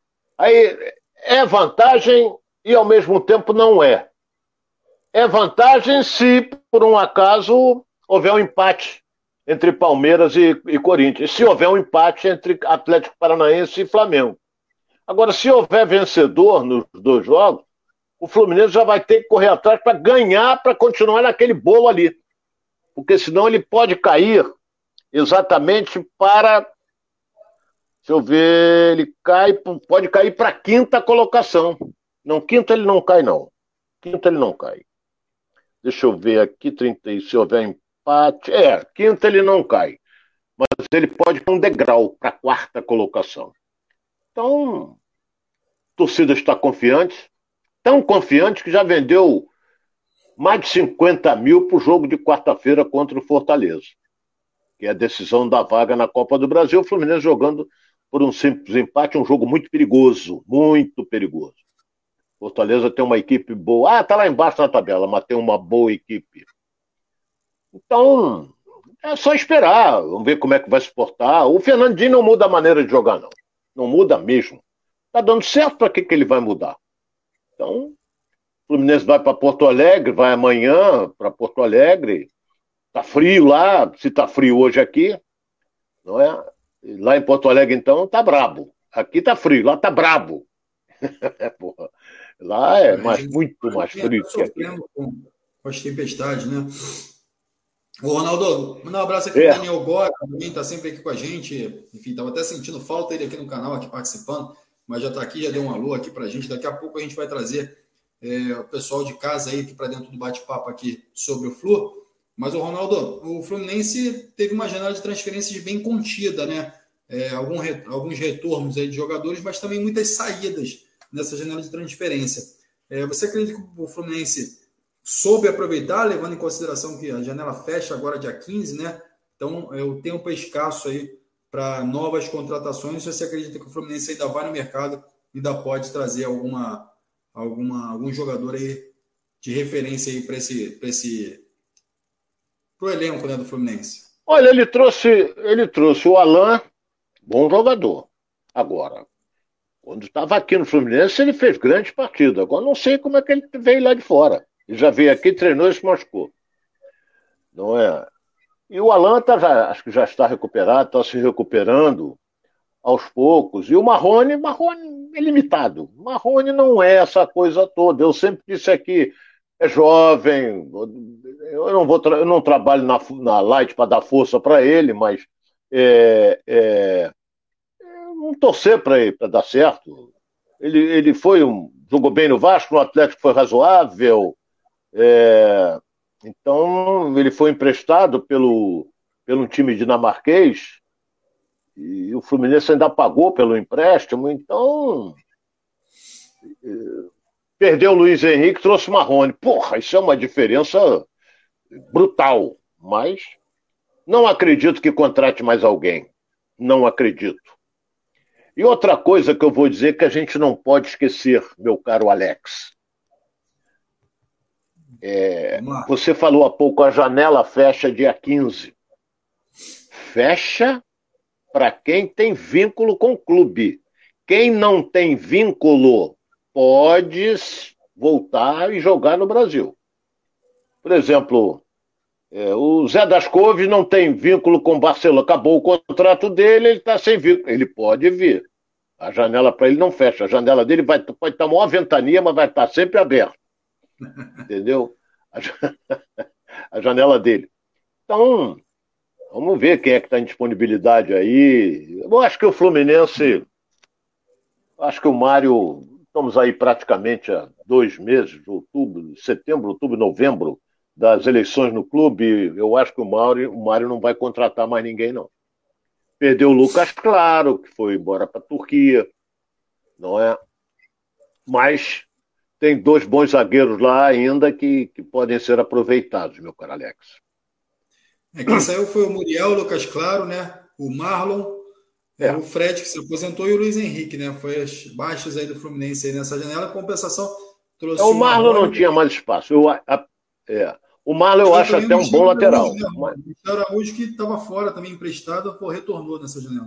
Aí é vantagem e ao mesmo tempo não é. É vantagem se, por um acaso, houver um empate entre Palmeiras e, e Corinthians. Se houver um empate entre Atlético Paranaense e Flamengo. Agora, se houver vencedor nos dois jogos, o Fluminense já vai ter que correr atrás para ganhar, para continuar naquele bolo ali. Porque senão ele pode cair exatamente para... Deixa eu ver... Ele cai, pode cair para a quinta colocação. Não, quinta ele não cai, não. Quinta ele não cai. Deixa eu ver aqui, trinta, se houver empate... É, quinta ele não cai. Mas ele pode ir um degrau para a quarta colocação. Então, a torcida está confiante. Tão confiante que já vendeu mais de cinquenta mil para o jogo de quarta-feira contra o Fortaleza. Que é a decisão da vaga na Copa do Brasil. O Fluminense jogando por um simples empate, um jogo muito perigoso. Muito perigoso. Fortaleza tem uma equipe boa. Ah, tá lá embaixo na tabela, mas tem uma boa equipe. Então, é só esperar. Vamos ver como é que vai se portar. O Fernandinho não muda a maneira de jogar, não. Não muda mesmo. Tá dando certo, para que, que ele vai mudar? Então, o Fluminense vai para Porto Alegre, vai amanhã para Porto Alegre. Tá frio lá, se tá frio hoje aqui, não é? Lá em Porto Alegre, então, tá brabo. Aqui tá frio, lá tá brabo. Porra. Lá é mais, muito mais frio que aqui. Com, com as tempestades, né? Ô, Ronaldo, mandar um abraço aqui é. pro Daniel Gora, também está sempre aqui com a gente. Enfim, estava até sentindo falta dele aqui no canal, aqui participando, mas já está aqui, já deu um alô aqui para a gente. Daqui a pouco a gente vai trazer é, o pessoal de casa aí para dentro do bate-papo aqui sobre o Flu. Mas, o Ronaldo, o Fluminense teve uma janela de transferências bem contida, né? É, algum, alguns retornos aí de jogadores, mas também muitas saídas nessa janela de transferência. É, você acredita que o Fluminense soube aproveitar, levando em consideração que a janela fecha agora dia quinze, né? Então, é, o tempo é escasso aí para novas contratações. Você acredita que o Fluminense ainda vai no mercado e ainda pode trazer alguma, alguma, algum jogador aí de referência aí para esse, para esse pro elenco, né, do Fluminense? Olha, ele trouxe, ele trouxe o Alan, bom jogador. Agora, quando estava aqui no Fluminense, ele fez grandes partidas. Agora, não sei como é que ele veio lá de fora. Ele já veio aqui, treinou e se machucou. Não é? E o Alan tá já, acho que já está recuperado, está se recuperando aos poucos. E o Marrone, Marrone é limitado. Marrone não é essa coisa toda. Eu sempre disse aqui, é jovem, eu não, vou eu não trabalho na, na Light para dar força para ele, mas é, é, não torcer para ele para dar certo. Ele, ele foi um, jogou bem no Vasco, no Atlético foi razoável. É, então ele foi emprestado pelo, pelo time dinamarquês e o Fluminense ainda pagou pelo empréstimo. Então é, perdeu o Luiz Henrique, trouxe o Marrone. Porra, isso é uma diferença brutal, mas não acredito que contrate mais alguém. Não acredito. E outra coisa que eu vou dizer que a gente não pode esquecer, meu caro Alex. É, você falou há pouco, a janela fecha dia quinze. Fecha para quem tem vínculo com o clube. Quem não tem vínculo pode voltar e jogar no Brasil. Por exemplo, é, o Zé das Couves não tem vínculo com o Barcelona. Acabou o contrato dele, ele está sem vínculo. Ele pode vir. A janela para ele não fecha. A janela dele vai, pode estar uma ventania, mas vai estar sempre aberta. Entendeu? A janela dele. Então, vamos ver quem é que está em disponibilidade aí. Eu acho que o Fluminense, acho que o Mário, estamos aí praticamente há dois meses, outubro, setembro, outubro, novembro, das eleições no clube. Eu acho que o Mário, o Mário não vai contratar mais ninguém, não. Perdeu o Lucas Claro, que foi embora para a Turquia, não é? Mas tem dois bons zagueiros lá ainda que, que podem ser aproveitados, meu caro Alex. É, quem saiu foi o Muriel, o Lucas Claro, né? O Marlon, é. o Fred, que se aposentou, e o Luiz Henrique, né? Foi as baixas aí do Fluminense aí nessa janela. A compensação trouxe. É, o Marlon não tinha mais espaço. Eu, a, é. O Marlon eu acho até um bom lateral. Araújo, né? O Michel Araújo, que estava fora também emprestado, pô, retornou nessa janela.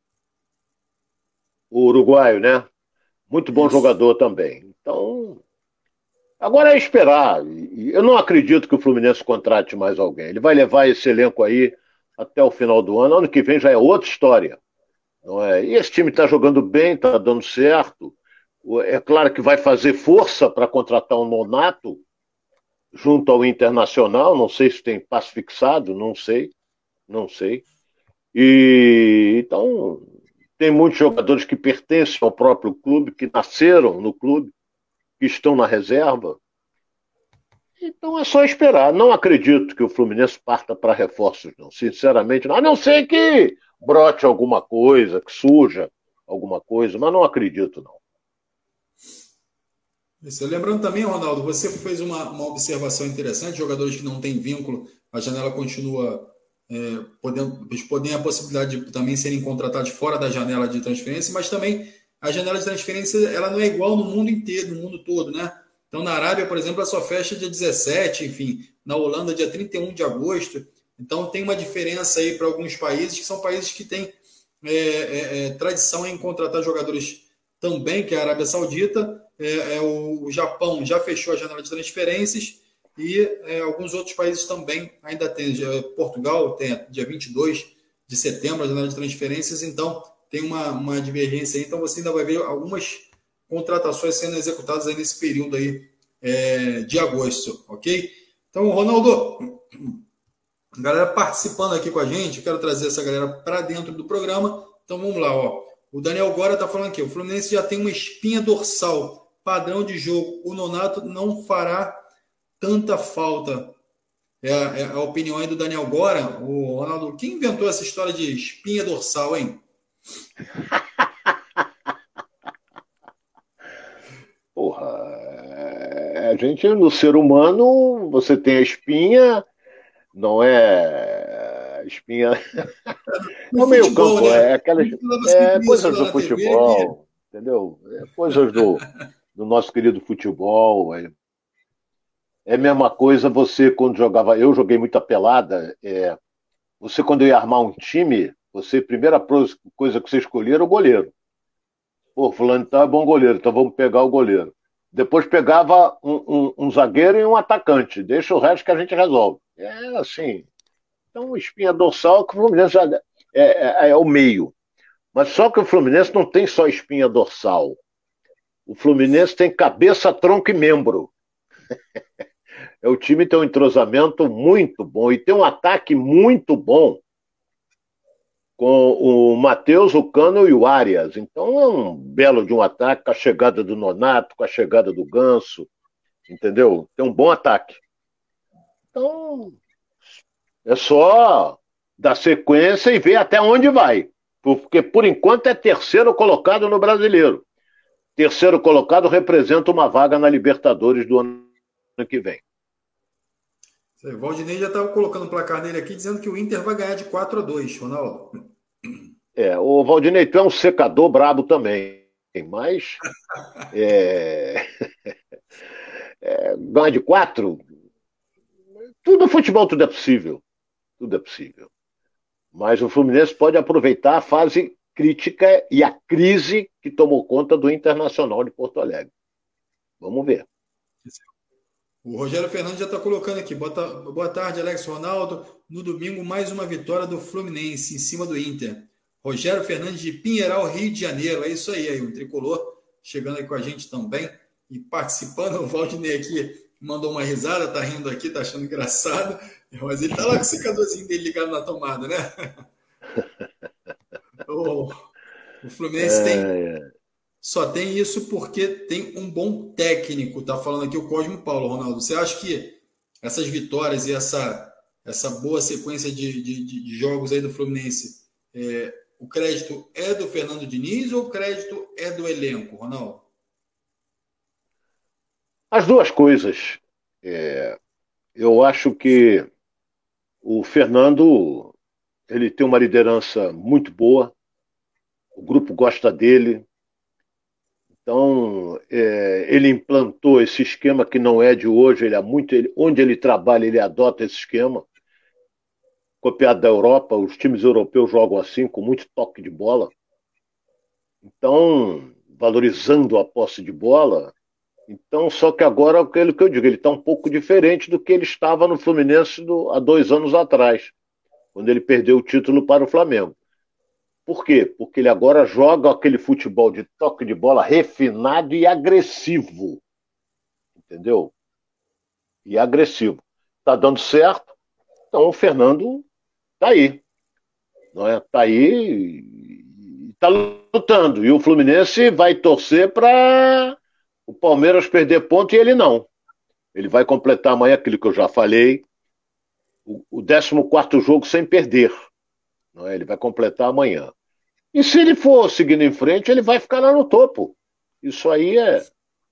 O uruguaio, né? Muito bom Isso. jogador também. Então, agora é esperar. Eu não acredito que o Fluminense contrate mais alguém. Ele vai levar esse elenco aí até o final do ano. Ano que vem já é outra história. Não é? E esse time está jogando bem, está dando certo. É claro que vai fazer força para contratar um Nonato junto ao Internacional. Não sei se tem passe fixado, não sei. Não sei. E então tem muitos jogadores que pertencem ao próprio clube, que nasceram no clube, que estão na reserva. Então é só esperar. Não acredito que o Fluminense parta para reforços, não. Sinceramente, não. A não ser que brote alguma coisa, que surja alguma coisa, mas não acredito, não. Isso. Lembrando também, Ronaldo, você fez uma, uma observação interessante, jogadores que não têm vínculo, a janela continua, é, podendo, eles podem a possibilidade de também serem contratados fora da janela de transferência, mas também a janela de transferência ela não é igual no mundo inteiro, no mundo todo, né? Então, na Arábia, por exemplo, ela só fecha dia dezessete, enfim, na Holanda, dia trinta e um de agosto. Então, tem uma diferença aí para alguns países, que são países que têm é, é, é, tradição em contratar jogadores também, que é a Arábia Saudita. É, é, o Japão já fechou a janela de transferências e é, alguns outros países também ainda tem. Portugal tem dia vinte e dois de setembro a janela de transferências, então tem uma, uma divergência aí. Então, você ainda vai ver algumas contratações sendo executadas aí nesse período aí é, de agosto, ok? Então, Ronaldo, a galera participando aqui com a gente, eu quero trazer essa galera para dentro do programa. Então, vamos lá, ó. O Daniel Gora está falando aqui, o Fluminense já tem uma espinha dorsal, padrão de jogo. O Nonato não fará tanta falta. É a, é a opinião aí do Daniel Gora. O Ronaldo, quem inventou essa história de espinha dorsal, hein? Porra, a gente, no ser humano, você tem a espinha, não é espinha... No, no meio futebol, campo, né? É aquelas é, coisas do futebol, T V, entendeu? É, coisas do, do nosso querido futebol. É, é a mesma coisa você quando jogava... Eu joguei muita pelada. É, você quando ia armar um time, você, a primeira coisa que você escolhia era o goleiro. Pô, fulano então é bom goleiro, então vamos pegar o goleiro. Depois pegava um, um, um zagueiro e um atacante. Deixa o resto que a gente resolve. É assim. Então, espinha dorsal que o Fluminense já... É, é, é o meio. Mas só que o Fluminense não tem só espinha dorsal. O Fluminense tem cabeça, tronco e membro. É, o time tem um entrosamento muito bom e tem um ataque muito bom com o Matheus, o Cano e o Arias. Então é um belo de um ataque com a chegada do Nonato, com a chegada do Ganso, entendeu? Tem um bom ataque. Então é só dar sequência e ver até onde vai. Porque, por enquanto, é terceiro colocado no Brasileiro. Terceiro colocado representa uma vaga na Libertadores do ano que vem. O Valdinei já estava colocando o placar dele aqui, dizendo que o Inter vai ganhar de quatro a dois, Ronaldo. É, o Valdinei, tu é um secador brabo também, mas é, é, ganhar de quatro, tudo no futebol, tudo é possível. Tudo é possível. Mas o Fluminense pode aproveitar a fase crítica e a crise que tomou conta do Internacional de Porto Alegre. Vamos ver. O Rogério Fernandes já está colocando aqui. Boa, boa tarde, Alex Ronaldo. No domingo, mais uma vitória do Fluminense em cima do Inter. Rogério Fernandes de Pinheiral, Rio de Janeiro. É isso aí, aí, um tricolor chegando aí com a gente também e participando. O Valdinei aqui mandou uma risada, tá rindo aqui, tá achando engraçado. Mas ele tá lá com o secadorzinho dele ligado na tomada, né? o, o Fluminense tem... É, é. Só tem isso porque tem um bom técnico, tá falando aqui o Cosmo Paulo, Ronaldo. Você acha que essas vitórias e essa, essa boa sequência de, de, de jogos aí do Fluminense, é, o crédito é do Fernando Diniz ou o crédito é do elenco, Ronaldo? As duas coisas. É, eu acho que o Fernando ele tem uma liderança muito boa, o grupo gosta dele. Então, é, ele implantou esse esquema que não é de hoje, ele é muito, ele, onde ele trabalha, ele adota esse esquema, copiado da Europa, os times europeus jogam assim, com muito toque de bola. Então, valorizando a posse de bola, então, só que agora é aquilo que eu digo, ele está um pouco diferente do que ele estava no Fluminense do, há dois anos atrás, quando ele perdeu o título para o Flamengo. Por quê? Porque ele agora joga aquele futebol de toque de bola refinado e agressivo. Entendeu? E agressivo. Está dando certo, então o Fernando está aí. Não é? Está aí e está lutando. E o Fluminense vai torcer para o Palmeiras perder ponto e ele não. Ele vai completar amanhã aquilo que eu já falei, o décimo quarto jogo sem perder. Não é? Ele vai completar amanhã. E se ele for seguindo em frente, ele vai ficar lá no topo. Isso aí é...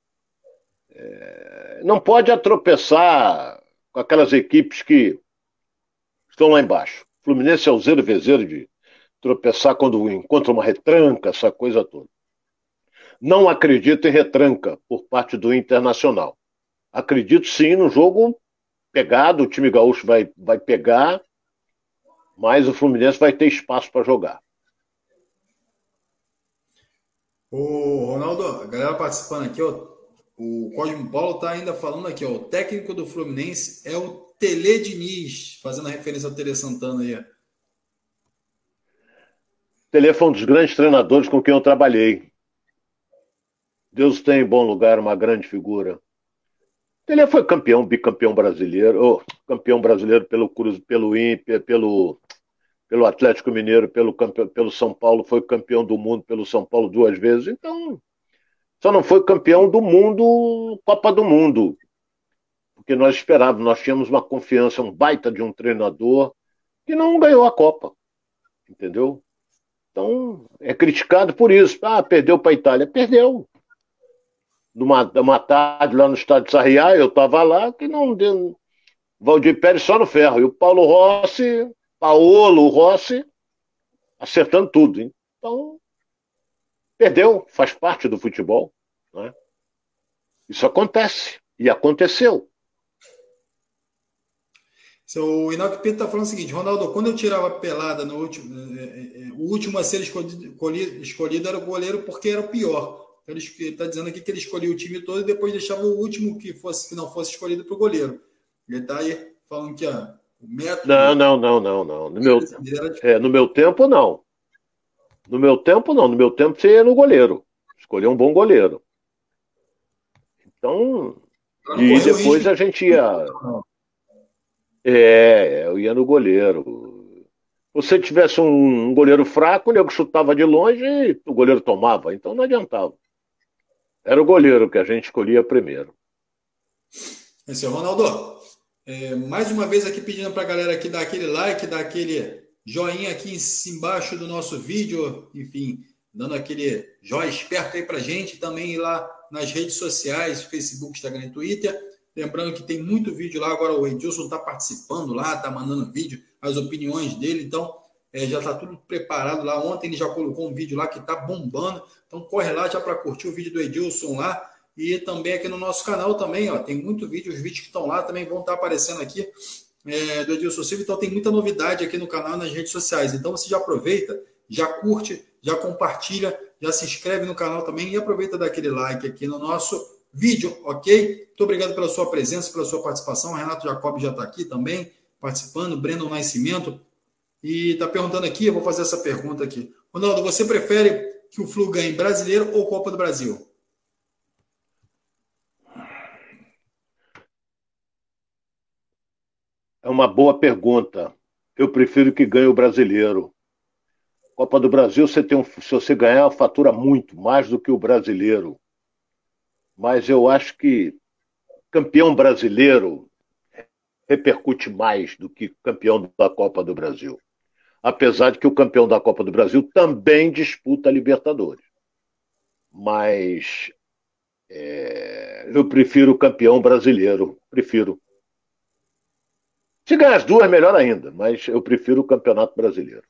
é não pode atropeçar com aquelas equipes que estão lá embaixo. O Fluminense é o zero vezeiro de tropeçar quando encontra uma retranca, essa coisa toda. Não acredito em retranca por parte do Internacional. Acredito sim no jogo pegado, o time gaúcho vai, vai pegar, mas o Fluminense vai ter espaço para jogar. Ô, Ronaldo, a galera participando aqui, ó, o Cosmo Paulo tá ainda falando aqui, ó, o técnico do Fluminense é o Tele Diniz, fazendo a referência ao Tele Santana aí. Tele foi um dos grandes treinadores com quem eu trabalhei. Deus tem em bom lugar uma grande figura. Tele foi campeão, bicampeão brasileiro, oh, campeão brasileiro pelo Cruz, pelo Ímpia, pelo pelo Atlético Mineiro, pelo, pelo São Paulo, foi campeão do mundo pelo São Paulo duas vezes. Então, só não foi campeão do mundo, Copa do Mundo. Porque nós esperávamos, nós tínhamos uma confiança, um baita de um treinador que não ganhou a Copa. Entendeu? Então, é criticado por isso. Ah, perdeu para a Itália. Perdeu. Numa, numa tarde lá no estádio de Sarriá, eu estava lá, que não deu... Valdir Pérez só no ferro. E o Paulo Rossi... Paolo Rossi acertando tudo. Então, perdeu, faz parte do futebol. Né? Isso acontece. E aconteceu. O Inoc Pinto está falando o seguinte, Ronaldo, quando eu tirava a pelada no último, o último a ser escolhido, escolhido era o goleiro porque era o pior. Ele está dizendo aqui que ele escolhia o time todo e depois deixava o último que, fosse, que não fosse escolhido para o goleiro. Ele está aí falando que ó, o método... Não, não, não, não, não. No meu, é, no meu tempo, não. No meu tempo, não. No meu tempo, você ia no goleiro. Escolher um bom goleiro. Então... E depois a gente ia... É, eu ia no goleiro. Se você tivesse um, um goleiro fraco, o nego chutava de longe e o goleiro tomava. Então não adiantava. Era o goleiro que a gente escolhia primeiro. Esse é o Ronaldo. É, mais uma vez aqui pedindo para a galera aqui dar aquele like, dar aquele joinha aqui embaixo do nosso vídeo, enfim, dando aquele joia esperto aí para a gente, também ir lá nas redes sociais, Facebook, Instagram e Twitter. Lembrando que tem muito vídeo lá, agora o Edilson está participando lá, está mandando vídeo, as opiniões dele, então é, já está tudo preparado lá. Ontem ele já colocou um vídeo lá que está bombando, então corre lá já para curtir o vídeo do Edilson lá, e também aqui no nosso canal também, ó, tem muito vídeo, os vídeos que estão lá também vão estar aparecendo aqui, é, do Edilson Silva, então tem muita novidade aqui no canal e nas redes sociais, então você já aproveita, já curte, já compartilha, já se inscreve no canal também e aproveita daquele like aqui no nosso vídeo, ok? Muito obrigado pela sua presença, pela sua participação. O Renato Jacob já está aqui também, participando. Breno Nascimento. E está perguntando aqui, eu vou fazer essa pergunta aqui. Ronaldo, você prefere que o Flu ganhe Brasileiro ou Copa do Brasil? É uma boa pergunta. Eu prefiro que ganhe o Brasileiro. Copa do Brasil, você tem um, se você ganhar, fatura muito, mais do que o Brasileiro. Mas eu acho que campeão brasileiro repercute mais do que campeão da Copa do Brasil. Apesar de que o campeão da Copa do Brasil também disputa a Libertadores. Mas é, eu prefiro o campeão brasileiro. Prefiro. Se ganhar as duas, melhor ainda. Mas eu prefiro o Campeonato Brasileiro.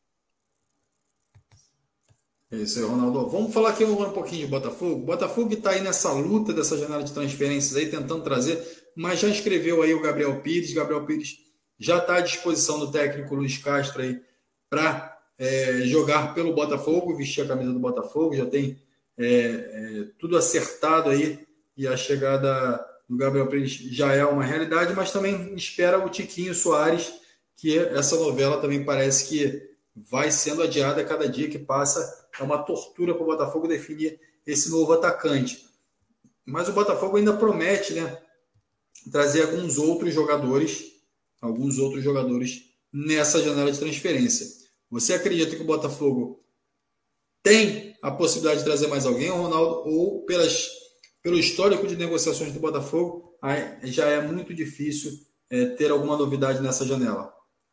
É isso aí, Ronaldo. Vamos falar aqui agora um pouquinho de Botafogo. O Botafogo está aí nessa luta dessa janela de transferências aí, tentando trazer, mas já inscreveu aí o Gabriel Pires. Gabriel Pires já está à disposição do técnico Luiz Castro aí para é, jogar pelo Botafogo, vestir a camisa do Botafogo, já tem é, é, tudo acertado aí e a chegada do Gabriel Pires já é uma realidade, mas também espera o Tiquinho Soares, que essa novela também parece que vai sendo adiada a cada dia que passa. É uma tortura para o Botafogo definir esse novo atacante. Mas o Botafogo ainda promete, né, trazer alguns outros jogadores, alguns outros jogadores nessa janela de transferência. Você acredita que o Botafogo tem a possibilidade de trazer mais alguém, Ronaldo, ou pelas, pelo histórico de negociações do Botafogo, já é muito difícil é, ter alguma novidade nessa janela?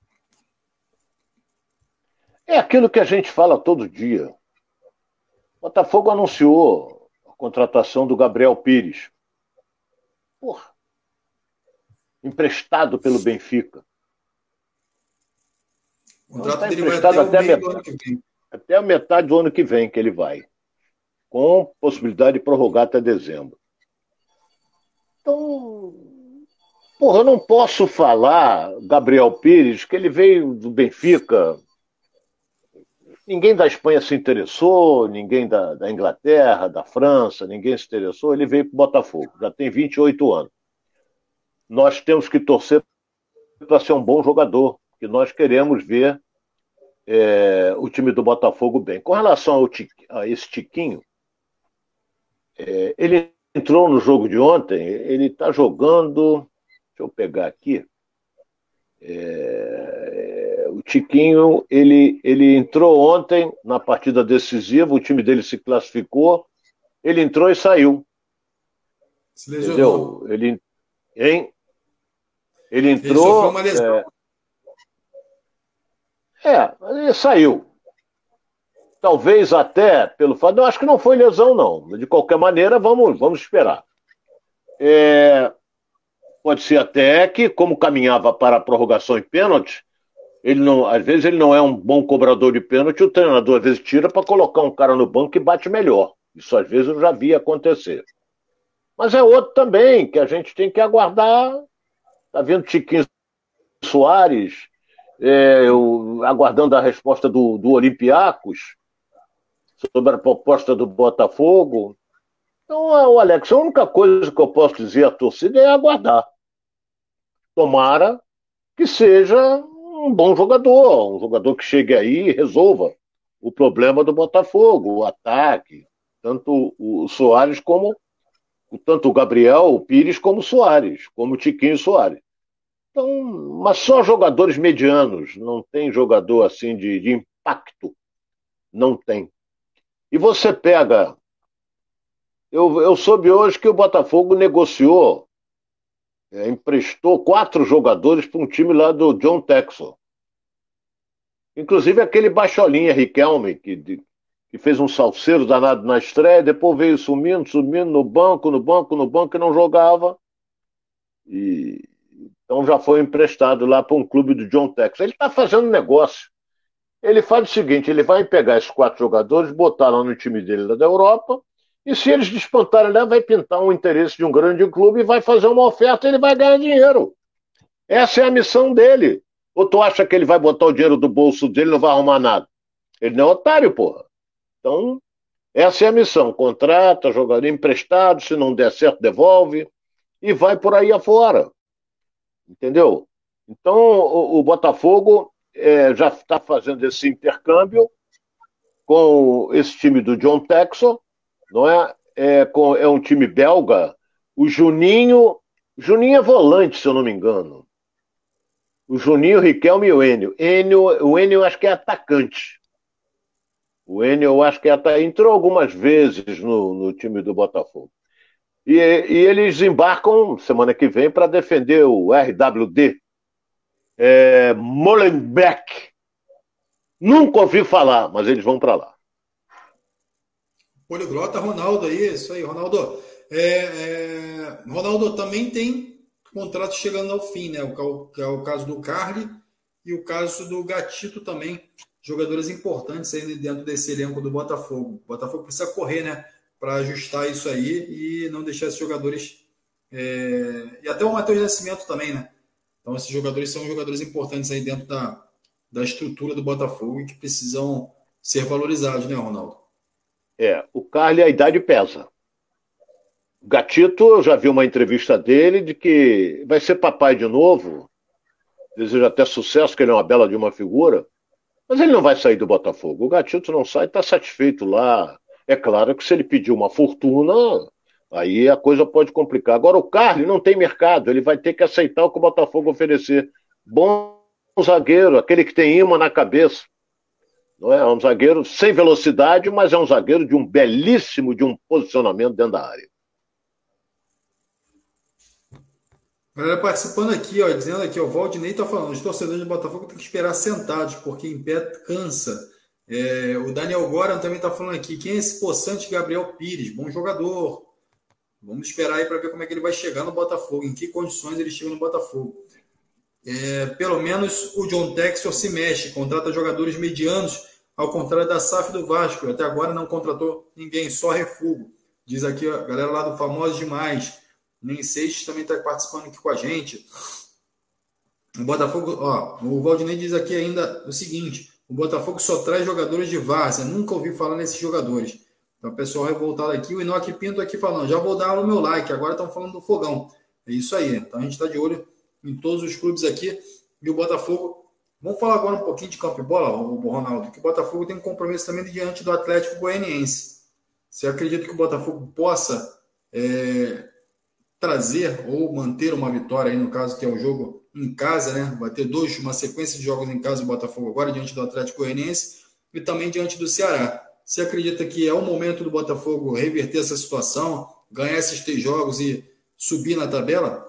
É aquilo que a gente fala todo dia. O Botafogo anunciou a contratação do Gabriel Pires. Porra. Emprestado pelo Benfica. O contrato tá dele vai até, até, o meio a do ano que vem. até a metade do ano que vem que ele vai. Com possibilidade de prorrogar até dezembro. Então, porra, eu não posso falar, Gabriel Pires, que ele veio do Benfica. Ninguém da Espanha se interessou, ninguém da, da Inglaterra, da França, ninguém se interessou. Ele veio para o Botafogo, já tem vinte e oito anos. Nós temos que torcer para ser um bom jogador, porque nós queremos ver é, o time do Botafogo bem. Com relação ao tic, a esse Tiquinho, é, ele entrou no jogo de ontem, ele está jogando... Deixa eu pegar aqui. É, o Tiquinho, ele, ele entrou ontem na partida decisiva, o time dele se classificou, ele entrou e saiu. Se lesionou. Entendeu? Ele, hein? Ele entrou... Ele sofreu uma lesão. É, é, ele saiu. Talvez até pelo fato... Eu acho que não foi lesão, não. De qualquer maneira, vamos, vamos esperar. É... Pode ser até que, como caminhava para a prorrogação em pênalti, ele não, às vezes ele não é um bom cobrador de pênalti, o treinador às vezes tira para colocar um cara no banco que bate melhor. Isso às vezes eu já vi acontecer. Mas é outro também, que a gente tem que aguardar. Está vendo Tiquinho Soares, é, eu, aguardando a resposta do, do Olympiacos sobre a proposta do Botafogo. Então, Alex, a única coisa que eu posso dizer à torcida é aguardar. Tomara que seja um bom jogador, um jogador que chegue aí e resolva o problema do Botafogo, o ataque, tanto o Soares como, tanto o Gabriel, o Pires, como o Soares, como o Tiquinho Soares. Então, mas só jogadores medianos, não tem jogador assim de, de impacto, não tem. E você pega... Eu, eu soube hoje que o Botafogo negociou, é, emprestou quatro jogadores para um time lá do John Texel. Inclusive aquele baixolinha Riquelme, que, de, que fez um salseiro danado na estreia, depois veio sumindo, sumindo no banco, no banco, no banco, e não jogava. E, então já foi emprestado lá para um clube do John Texas. Ele está fazendo negócio. Ele faz o seguinte, ele vai pegar esses quatro jogadores, botar lá no time dele lá da Europa, e se eles despontarem lá, vai pintar um interesse de um grande clube e vai fazer uma oferta e ele vai ganhar dinheiro. Essa é a missão dele. Ou tu acha que ele vai botar o dinheiro do bolso dele e não vai arrumar nada? Ele não é otário, porra. Então, essa é a missão. Contrata, jogador emprestado, se não der certo, devolve, e vai por aí afora. Entendeu? Então, o, o Botafogo é, já está fazendo esse intercâmbio com esse time do John Texon, não é? É, com, é um time belga. O Juninho, Juninho é volante, se eu não me engano. O Juninho, o Riquelme e o Enio. Enio. O Enio eu acho que é atacante. O Enio eu acho que é atacante. Entrou algumas vezes no, no time do Botafogo. E, e eles embarcam semana que vem para defender o R W D. É, Molenbeek. Nunca ouvi falar, mas eles vão para lá. Poliglota, Ronaldo aí, isso aí, Ronaldo. É, é, Ronaldo também tem contrato chegando ao fim, né? O, que é o caso do Carly e o caso do Gatito também, jogadores importantes ainda dentro desse elenco do Botafogo. O Botafogo precisa correr, né? Para ajustar isso aí e não deixar esses jogadores. É, e até o Matheus Nascimento também, né? Então, esses jogadores são jogadores importantes aí dentro da, da estrutura do Botafogo e que precisam ser valorizados, né, Ronaldo? É, o Carly, a idade pesa. O Gatito, eu já vi uma entrevista dele de que vai ser papai de novo. Deseja até sucesso, que ele é uma bela de uma figura. Mas ele não vai sair do Botafogo. O Gatito não sai, está satisfeito lá. É claro que se ele pedir uma fortuna, aí a coisa pode complicar. Agora o Carly não tem mercado, ele vai ter que aceitar o que o Botafogo oferecer. Bom zagueiro, aquele que tem imã na cabeça. Não é? É um zagueiro sem velocidade, mas é um zagueiro de um belíssimo de um posicionamento dentro da área. Galera participando aqui, ó, dizendo aqui, ó, o Valdinei tá falando, os torcedores do Botafogo têm que esperar sentados, porque em pé cansa. É, o Daniel Goran também está falando aqui. Quem é esse possante Gabriel Pires? Bom jogador. Vamos esperar aí para ver como é que ele vai chegar no Botafogo, em que condições ele chega no Botafogo. É, pelo menos o John Textor se mexe, contrata jogadores medianos, ao contrário da S A F do Vasco. Até agora não contratou ninguém, só refugo. Diz aqui a galera lá do Famosos Demais. Nem Seixas também está participando aqui com a gente. O Botafogo, ó, o Valdinei diz aqui ainda o seguinte: o Botafogo só traz jogadores de várzea. Nunca ouvi falar nesses jogadores. Então, o pessoal revoltado aqui. O Inoque Pinto aqui falando: já vou dar o meu like. Agora estão falando do Fogão. É isso aí. Então, a gente está de olho em todos os clubes aqui. E o Botafogo. Vamos falar agora um pouquinho de campo e bola, o Ronaldo. Que o Botafogo tem um compromisso também diante do Atlético Goianiense. Você acredita que o Botafogo possa é, trazer ou manter uma vitória aí, no caso, que é o jogo em casa, né? Vai ter dois, uma sequência de jogos em casa do Botafogo agora, diante do Atlético Goianiense e também diante do Ceará. Você acredita que é o momento do Botafogo reverter essa situação, ganhar esses três jogos e subir na tabela?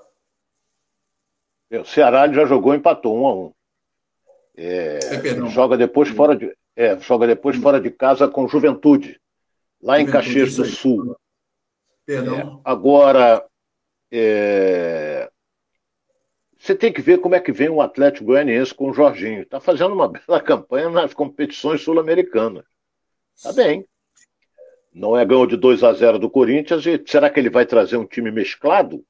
O Ceará já jogou e empatou um a um. É, é, joga depois fora de, é, joga depois fora de casa com Juventude, lá Juventude, em Caxias do Sul. Perdão. É, agora, é, você tem que ver como é que vem o Atlético Goianiense com o Jorginho. Está fazendo uma bela campanha nas competições sul-americanas. Está bem. Não é ganho de dois a zero do Corinthians. E será que ele vai trazer um time mesclado?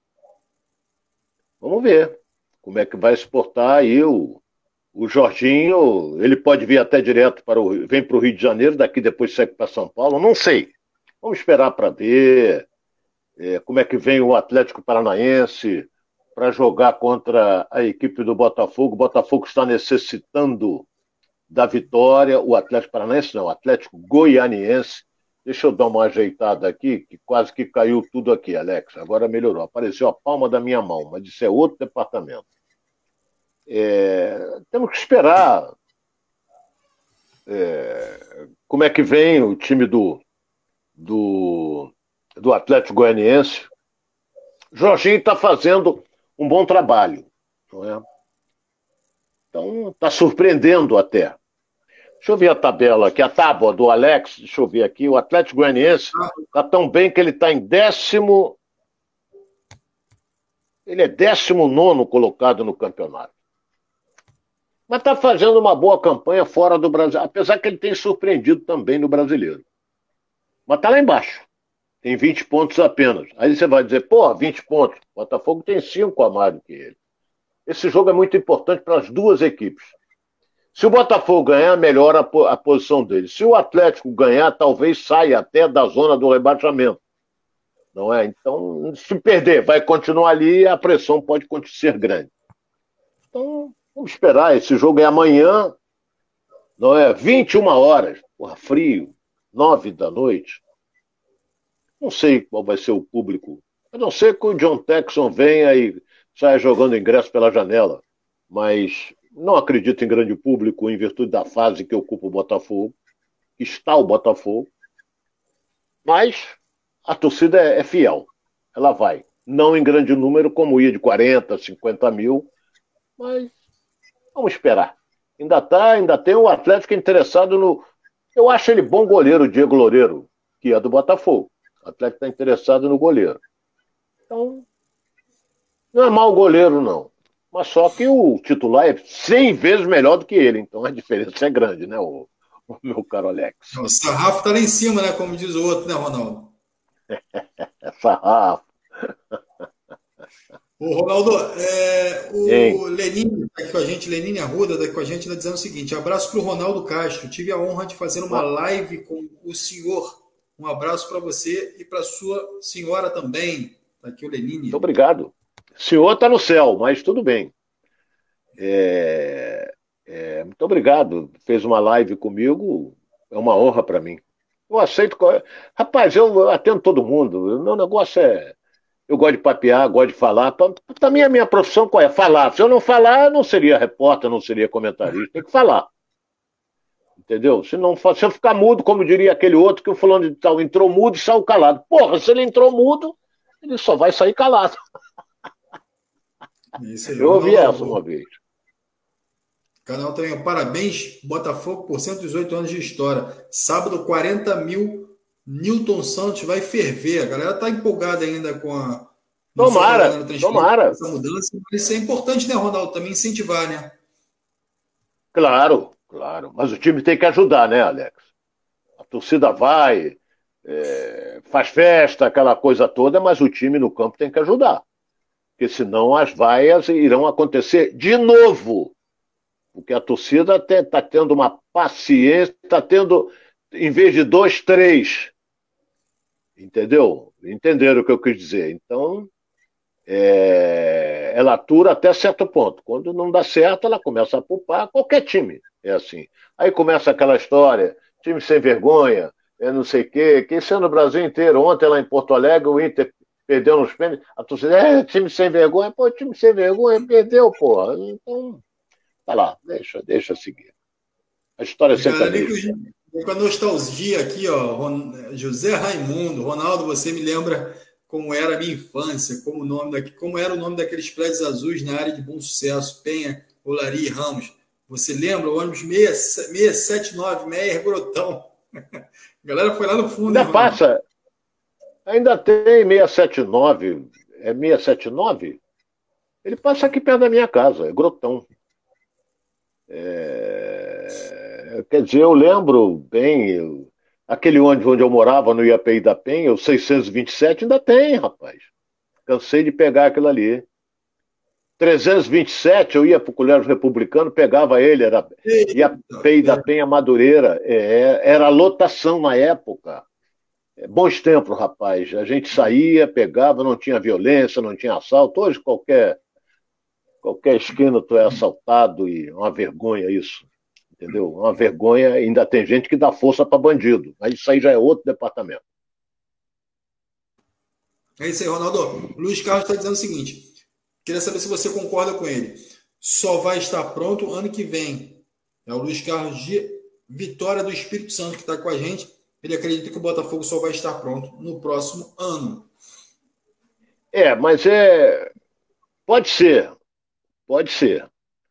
Vamos ver como é que vai se portar aí o, o Jorginho. Ele pode vir até direto para o, vem para o Rio de Janeiro, daqui depois segue para São Paulo. Não sei. Vamos esperar para ver é, como é que vem o Atlético Paranaense para jogar contra a equipe do Botafogo. O Botafogo está necessitando da vitória. O Atlético Paranaense não, o Atlético Goianiense. Deixa eu dar uma ajeitada aqui, que quase que caiu tudo aqui, Alex. Agora melhorou. Apareceu a palma da minha mão, mas isso é outro departamento. É, temos que esperar é, como é que vem o time do, do, do Atlético Goianiense. Jorginho está fazendo um bom trabalho, não é? Então, está surpreendendo até. Deixa eu ver a tabela aqui, a tábua do Alex, deixa eu ver aqui. O Atlético Goianiense está tão bem que ele está em décimo. Ele é décimo nono colocado no campeonato. Mas está fazendo uma boa campanha fora do Brasil, apesar que ele tem surpreendido também no Brasileiro. Mas está lá embaixo. Tem vinte pontos apenas. Aí você vai dizer, pô, vinte pontos. O Botafogo tem cinco a mais do que ele. Esse jogo é muito importante para as duas equipes. Se o Botafogo ganhar, melhora a posição dele. Se o Atlético ganhar, talvez saia até da zona do rebaixamento. Não é? Então, se perder, vai continuar ali e a pressão pode ser grande. Então, vamos esperar. Esse jogo é amanhã, não é? vinte e uma horas. Porra, frio. nove da noite. Não sei qual vai ser o público. A não ser que o John Texon venha e saia jogando ingresso pela janela. Mas não acredito em grande público em virtude da fase que ocupa o Botafogo. Está o Botafogo. Mas a torcida é, é fiel. Ela vai. Não em grande número, como ia de quarenta, cinquenta mil. Mas vamos esperar. Ainda, tá, ainda tem o Atlético interessado no... Eu acho ele bom goleiro, o Diego Loureiro, que é do Botafogo. O Atlético está interessado no goleiro. Então, não é mau goleiro, não. Mas só que o titular é cem vezes melhor do que ele. Então a diferença é grande, né, o, o meu caro Alex? O sarrafo está lá em cima, né? Como diz o outro, né, Ronaldo? É sarrafo. O Ronaldo, é, o Hein? Lenine está aqui com a gente, Lenine Arruda está aqui com a gente, está dizendo o seguinte: abraço para o Ronaldo Castro. Tive a honra de fazer uma live com o senhor. Um abraço para você e para sua senhora também. Está aqui o Lenine. Muito obrigado. O senhor está no céu, mas tudo bem. É, é, muito obrigado. Fez uma live comigo, é uma honra para mim. Eu aceito. Rapaz, eu atendo todo mundo. O meu negócio é. Eu gosto de papear, gosto de falar. Também a minha profissão qual é? Falar. Se eu não falar, eu não seria repórter, não seria comentarista. Tem que falar. Entendeu? Se, não, se eu ficar mudo, como diria aquele outro que o fulano de tal entrou mudo e saiu calado. Porra, se ele entrou mudo, ele só vai sair calado. Isso aí, eu ouvi Ronaldo, essa uma vez. Canal também, parabéns, Botafogo, por cento e dezoito anos de história. Sábado, quarenta mil. Newton Santos vai ferver. A galera tá empolgada ainda com a. Tomara, tomara. Essa mudança. Isso é importante, né, Ronaldo? Também incentivar, né? Claro, claro. Mas o time tem que ajudar, né, Alex? A torcida vai, é, faz festa, aquela coisa toda, mas o time no campo tem que ajudar. Porque senão as vaias irão acontecer de novo. Porque a torcida está tendo uma paciência, está tendo, em vez de dois, três. Entendeu? Entenderam o que eu quis dizer. Então, é, ela atura até certo ponto. Quando não dá certo, ela começa a poupar. Qualquer time é assim. Aí começa aquela história, time sem vergonha, é não sei o quê, que isso é no Brasil inteiro. Ontem lá em Porto Alegre, o Inter perdeu nos pênaltis. A torcida, é, time sem vergonha. Pô, time sem vergonha, perdeu, porra. Então, tá lá, deixa, deixa seguir. A história é sempre a mesma. Com a nostalgia aqui, ó, José Raimundo, Ronaldo, você me lembra como era a minha infância, como, o nome daqui, como era o nome daqueles prédios azuis na área de Bom Sucesso, Penha, Olaria e Ramos. Você lembra? O ônibus seiscentos e setenta e nove, Meyer Grotão. A galera foi lá no fundo. Ainda passa. Ainda tem seiscentos e setenta e nove. É seiscentos e setenta e nove? Ele passa aqui perto da minha casa, é Grotão. É... Quer dizer, eu lembro bem, eu... aquele ônibus onde eu morava, no I A P I da Penha, o seiscentos e vinte e sete, ainda tem, rapaz. Cansei de pegar aquilo ali. trezentos e vinte e sete, eu ia para o Colégio Republicano, pegava ele, era I A P I da Penha Madureira, é... era lotação na época. É, bons tempos, rapaz. A gente saía, pegava, não tinha violência, não tinha assalto. Hoje, qualquer, qualquer esquina tu é assaltado e é uma vergonha isso. Entendeu? Uma vergonha. Ainda tem gente que dá força para bandido. Mas isso aí já é outro departamento. É isso aí, Ronaldo. O Luiz Carlos está dizendo o seguinte. Queria saber se você concorda com ele. Só vai estar pronto ano que vem. É o Luiz Carlos de Vitória do Espírito Santo que está com a gente. Ele acredita que o Botafogo só vai estar pronto no próximo ano. É, mas é... Pode ser. Pode ser.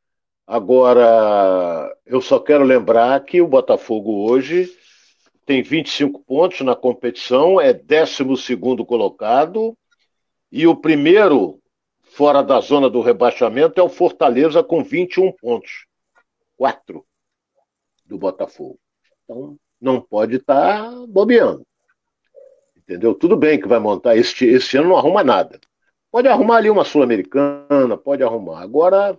Agora, eu só quero lembrar que o Botafogo hoje tem vinte e cinco pontos na competição, é décimo segundo colocado, e o primeiro fora da zona do rebaixamento é o Fortaleza com vinte e um pontos. Quatro do Botafogo. Então, não pode estar bobeando. Entendeu? Tudo bem que vai montar. Este, este ano não arruma nada. Pode arrumar ali uma Sul-Americana, pode arrumar. Agora,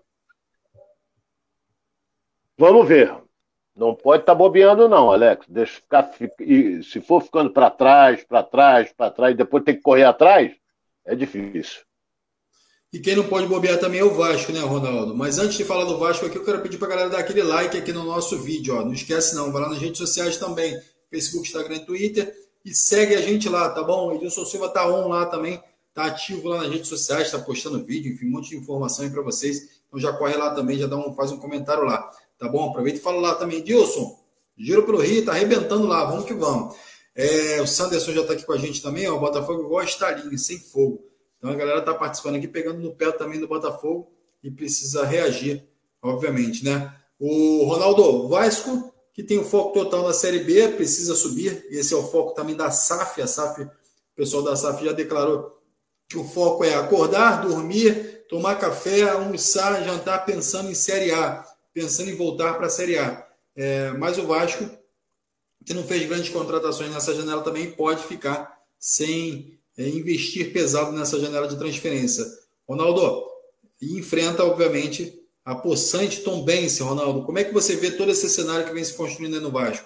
vamos ver. Não pode estar bobeando, não, Alex. Deixa ficar, se for ficando para trás, para trás, para trás, depois tem que correr atrás, é difícil. E quem não pode bobear também é o Vasco, né, Ronaldo? Mas antes de falar do Vasco aqui, eu quero pedir para a galera dar aquele like aqui no nosso vídeo. Ó. Não esquece não, vai lá nas redes sociais também, Facebook, Instagram e Twitter, e segue a gente lá, tá bom? O Edilson Silva tá on lá também, tá ativo lá nas redes sociais, tá postando vídeo, enfim, um monte de informação aí para vocês. Então já corre lá também, já dá um, faz um comentário lá, tá bom? Aproveita e fala lá também. Edilson, Giro pelo Rio, tá arrebentando lá, vamos que vamos. É, o Sanderson já tá aqui com a gente também, ó, o Botafogo igual a Estalinho, sem fogo. Então a galera está participando aqui, pegando no pé também do Botafogo e precisa reagir, obviamente, né? O Ronaldo, Vasco, que tem o foco total na Série B, precisa subir. Esse é o foco também da S A F. A S A F, o pessoal da S A F já declarou que o foco é acordar, dormir, tomar café, almoçar, jantar, pensando em Série A, pensando em voltar para a Série A. É, mas o Vasco, que não fez grandes contratações nessa janela, também pode ficar sem É investir pesado nessa janela de transferência. Ronaldo, e enfrenta, obviamente, a possante Tombense, Ronaldo. Como é que você vê todo esse cenário que vem se construindo aí no Vasco?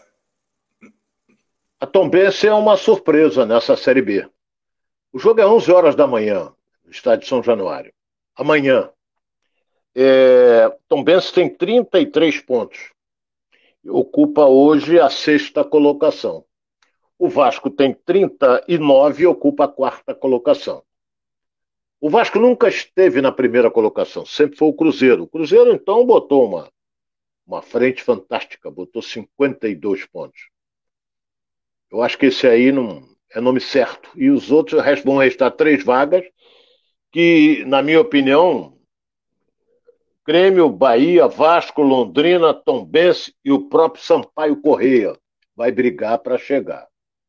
A Tombense é uma surpresa nessa Série B. O jogo é onze horas da manhã, no estádio São Januário. Amanhã. É, Tombense tem trinta e três pontos. Ocupa hoje a sexta colocação. O Vasco tem trinta e nove e ocupa a quarta colocação. O Vasco nunca esteve na primeira colocação, sempre foi o Cruzeiro. O Cruzeiro, então, botou uma, uma frente fantástica, botou cinquenta e dois pontos. Eu acho que esse aí não é nome certo. E os outros vão restar três vagas, que, na minha opinião, Grêmio, Bahia, Vasco, Londrina, Tombense e o próprio Sampaio Corrêa vai brigar para chegar.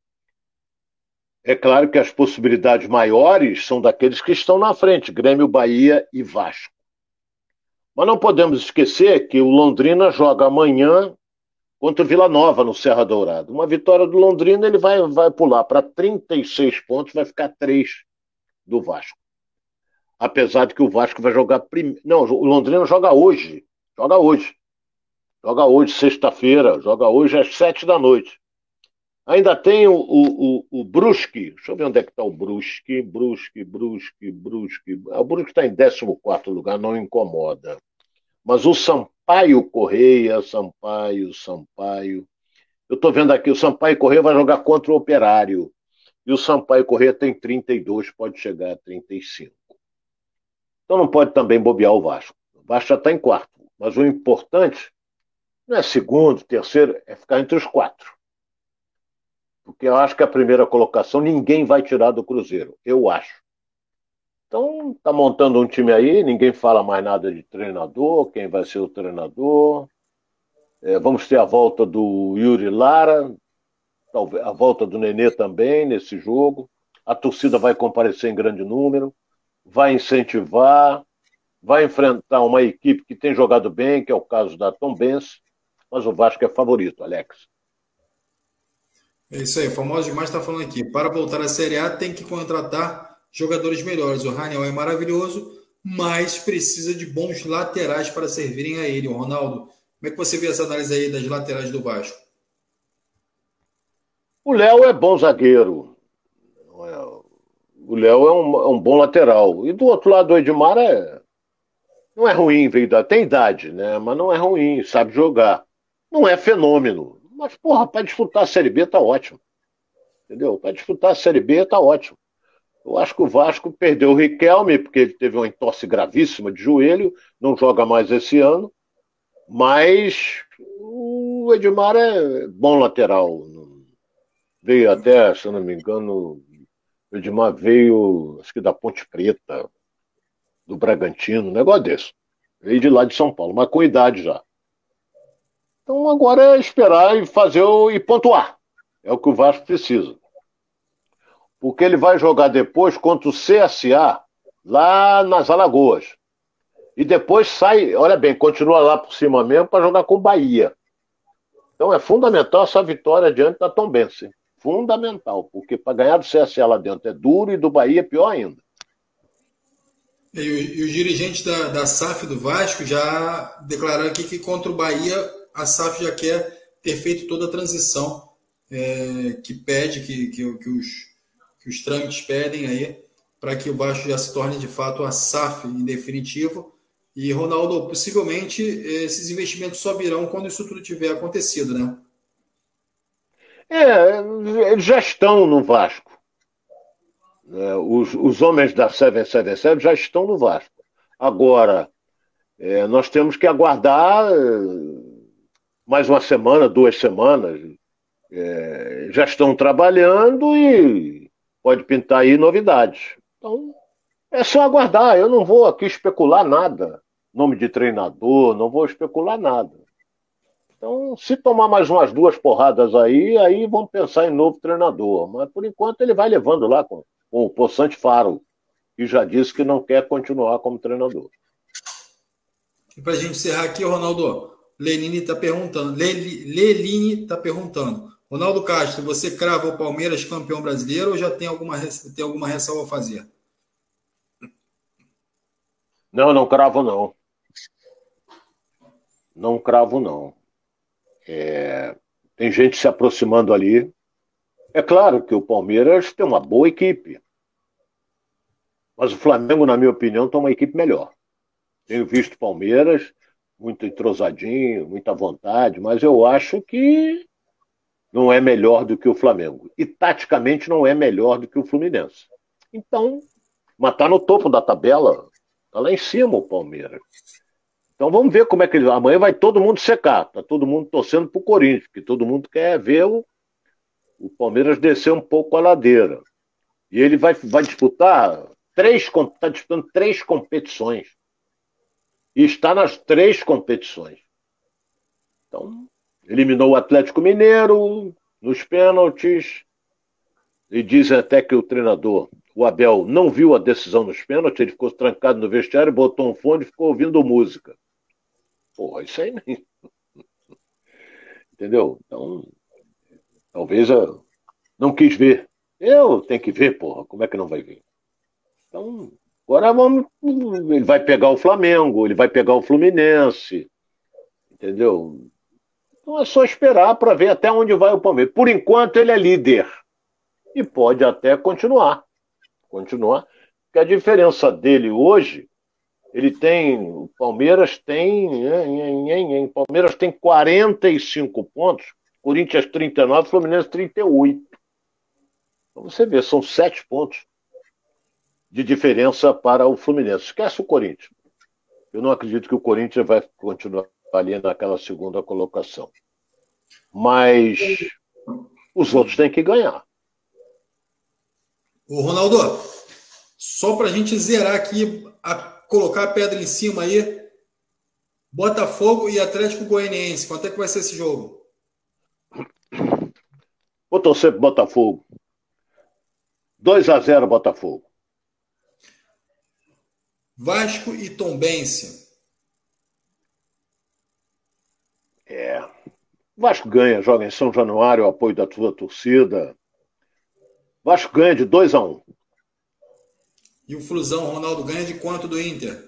É claro que as possibilidades maiores são daqueles que estão na frente, Grêmio, Bahia e Vasco. Mas não podemos esquecer que o Londrina joga amanhã contra o Vila Nova no Serra Dourada. Uma vitória do Londrina, ele vai, vai pular para trinta e seis pontos, vai ficar três do Vasco. Apesar de que o Vasco vai jogar primeiro. Não, o Londrina joga hoje. Joga hoje. Joga hoje, sexta-feira. Joga hoje às sete da noite. Ainda tem o, o, o, o Brusque. Deixa eu ver onde é que está o Brusque. Brusque, Brusque, Brusque. O Brusque está em décimo quarto lugar, não incomoda. Mas o Sampaio Corrêa, Sampaio, Sampaio. Eu estou vendo aqui, o Sampaio Corrêa vai jogar contra o Operário. E o Sampaio Corrêa tem trinta e dois, pode chegar a trinta e cinco. Então não pode também bobear o Vasco. O Vasco já está em quarto. Mas o importante não é segundo, terceiro, é ficar entre os quatro. Porque eu acho que a primeira colocação ninguém vai tirar do Cruzeiro. Eu acho. Então, está montando um time aí, ninguém fala mais nada de treinador, quem vai ser o treinador. É, vamos ter a volta do Yuri Lara, talvez a volta do Nenê também nesse jogo. A torcida vai comparecer em grande número, vai incentivar, vai enfrentar uma equipe que tem jogado bem, que é o caso da Tombense, mas o Vasco é favorito, Alex. É isso aí, o famoso demais está falando aqui. Para voltar à Série A, tem que contratar jogadores melhores. O Raniel é maravilhoso, mas precisa de bons laterais para servirem a ele. O Ronaldo, como é que você vê essa análise aí das laterais do Vasco? O Léo é bom zagueiro. O Léo é um, é um bom lateral. E do outro lado, o Edmar é... não é ruim, tem idade, né? Mas não é ruim, sabe jogar. Não é fenômeno. Mas, porra, para disputar a Série B tá ótimo. Entendeu? Para disputar a Série B tá ótimo. Eu acho que o Vasco perdeu o Riquelme, porque ele teve uma entorse gravíssima de joelho, não joga mais esse ano. Mas o Edmar é bom lateral. Veio até, se eu não me engano, o Edmar veio, acho que da Ponte Preta, do Bragantino, um negócio desse. Veio de lá de São Paulo, mas com idade já. Então agora é esperar e fazer o, e pontuar. É o que o Vasco precisa. Porque ele vai jogar depois contra o C S A lá nas Alagoas. E depois sai, olha bem, continua lá por cima mesmo para jogar com o Bahia. Então é fundamental essa vitória diante da Tombense. Fundamental, porque para ganhar do C S A lá dentro é duro e do Bahia é pior ainda. E, e os dirigentes da, da S A F do Vasco já declararam aqui que contra o Bahia a S A F já quer ter feito toda a transição é, que pede, que, que, que, os, que os trâmites pedem aí, para que o Vasco já se torne de fato a S A F em definitivo. E, Ronaldo, possivelmente esses investimentos só virão quando isso tudo tiver acontecido, né? É, eles já estão no Vasco. É, os, os homens da sete sete sete já estão no Vasco. Agora, é, nós temos que aguardar é, mais uma semana, duas semanas. É, já estão trabalhando e pode pintar aí novidades. Então, é só aguardar. Eu não vou aqui especular nada. Nome de treinador, não vou especular nada. Então, se tomar mais umas duas porradas aí, aí vamos pensar em novo treinador. Mas, por enquanto, ele vai levando lá com, com o Poçante Faro, que já disse que não quer continuar como treinador. E para a gente encerrar aqui, Ronaldo, Lenine está perguntando, Leline está perguntando, Ronaldo Castro, você crava o Palmeiras campeão brasileiro ou já tem alguma, tem alguma ressalva a fazer? Não, não cravo não. Não cravo não. É, tem gente se aproximando ali. É claro que o Palmeiras tem uma boa equipe. Mas o Flamengo, na minha opinião, tem uma equipe melhor. Tenho visto o Palmeiras, muito entrosadinho, muita vontade, mas eu acho que não é melhor do que o Flamengo. E taticamente não é melhor do que o Fluminense. Então, mas está no topo da tabela, está lá em cima o Palmeiras. Então vamos ver como é que ele... Amanhã vai todo mundo secar. Está todo mundo torcendo para o Corinthians, porque todo mundo quer ver o, o Palmeiras descer um pouco a ladeira. E ele vai, vai disputar três, está disputando três competições. E está nas três competições. Então, eliminou o Atlético Mineiro nos pênaltis. E dizem até que o treinador, o Abel, não viu a decisão nos pênaltis, ele ficou trancado no vestiário, botou um fone e ficou ouvindo música. Porra, isso aí nem... Entendeu? Então, talvez eu não quis ver. Eu tenho que ver, porra, como é que não vai ver? Então, agora vamos... Ele vai pegar o Flamengo, ele vai pegar o Fluminense, entendeu? Então é só esperar para ver até onde vai o Palmeiras. Por enquanto ele é líder. E pode até continuar. Continuar. Porque a diferença dele hoje, ele tem, o Palmeiras tem, o Palmeiras tem quarenta e cinco pontos, Corinthians trinta e nove, Fluminense trinta e oito. Então você vê, são sete pontos de diferença para o Fluminense. Esquece o Corinthians. Eu não acredito que o Corinthians vai continuar ali naquela segunda colocação. Mas os outros têm que ganhar. Ô, Ronaldo, só para a gente zerar aqui, a, colocar a pedra em cima aí, Botafogo e Atlético Goianiense, quanto é que vai ser esse jogo? Vou torcer pro Botafogo. dois a zero Botafogo. Vasco e Tombense. É. Vasco ganha, joga em São Januário, o apoio da sua torcida. Vasco ganha de dois a um. E o Flusão, Ronaldo, ganha de quanto do Inter?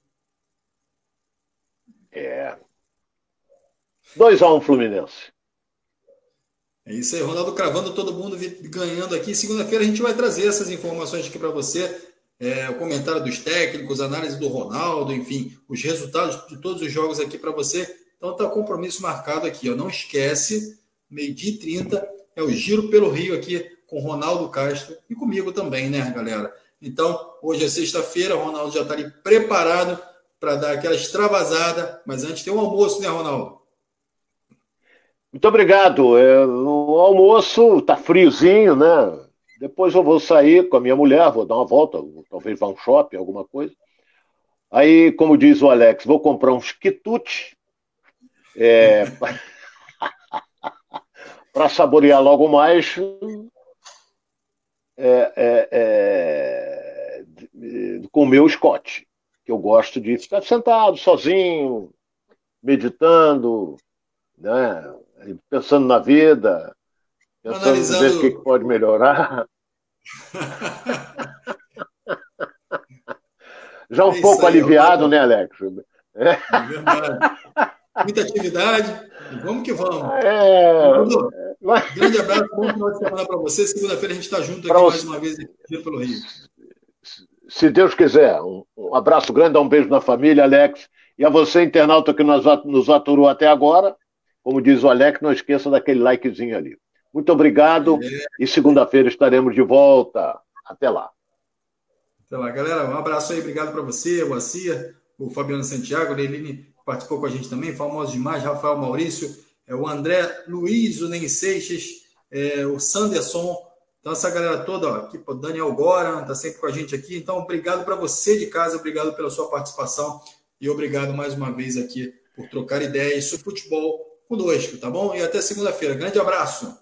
É. dois a um Fluminense. É isso aí, Ronaldo cravando, todo mundo ganhando aqui. Segunda-feira a gente vai trazer essas informações aqui para você. É, o comentário dos técnicos, análise do Ronaldo, enfim, os resultados de todos os jogos aqui para você. Então tá o compromisso marcado aqui, ó. Não esquece, meio-dia e trinta, é o Giro pelo Rio aqui com Ronaldo Castro e comigo também, né, galera? Então, hoje é sexta-feira, o Ronaldo já está ali preparado para dar aquela extravasada, mas antes tem um almoço, né, Ronaldo? Muito obrigado. É, o almoço tá friozinho, né? Depois eu vou sair com a minha mulher, vou dar uma volta, talvez vá a um shopping, alguma coisa. Aí, como diz o Alex, vou comprar uns quitutes é, para saborear logo mais é, é, é, com com o meu Scott, que eu gosto de ficar sentado, sozinho, meditando, né? Pensando na vida, pensando Analisando... em ver o que, que pode melhorar. Já um é pouco aí, aliviado, né, Alex? É, é verdade. Muita atividade. Vamos que vamos. É... Um grande abraço, bom final de semana para você. Segunda-feira a gente está junto aqui pra mais você... uma vez aqui pelo Rio. Se Deus quiser. Um, um abraço grande, um beijo na família, Alex. E a você, internauta, que nos, nos aturou até agora. Como diz o Alex, não esqueça daquele likezinho ali. Muito obrigado. É. E segunda-feira estaremos de volta. Até lá. Até lá, galera. Um abraço aí. Obrigado para você, o Acia, o Fabiano Santiago, a Leiline participou com a gente também. Famosos demais. Rafael Maurício, é, o André Luiz, o Nen Seixas, é, o Sanderson. Então, essa galera toda, ó, aqui, o Daniel Goran, está sempre com a gente aqui. Então, obrigado para você de casa, obrigado pela sua participação e obrigado mais uma vez aqui por trocar ideias sobre futebol conosco, tá bom? E até segunda-feira. Grande abraço!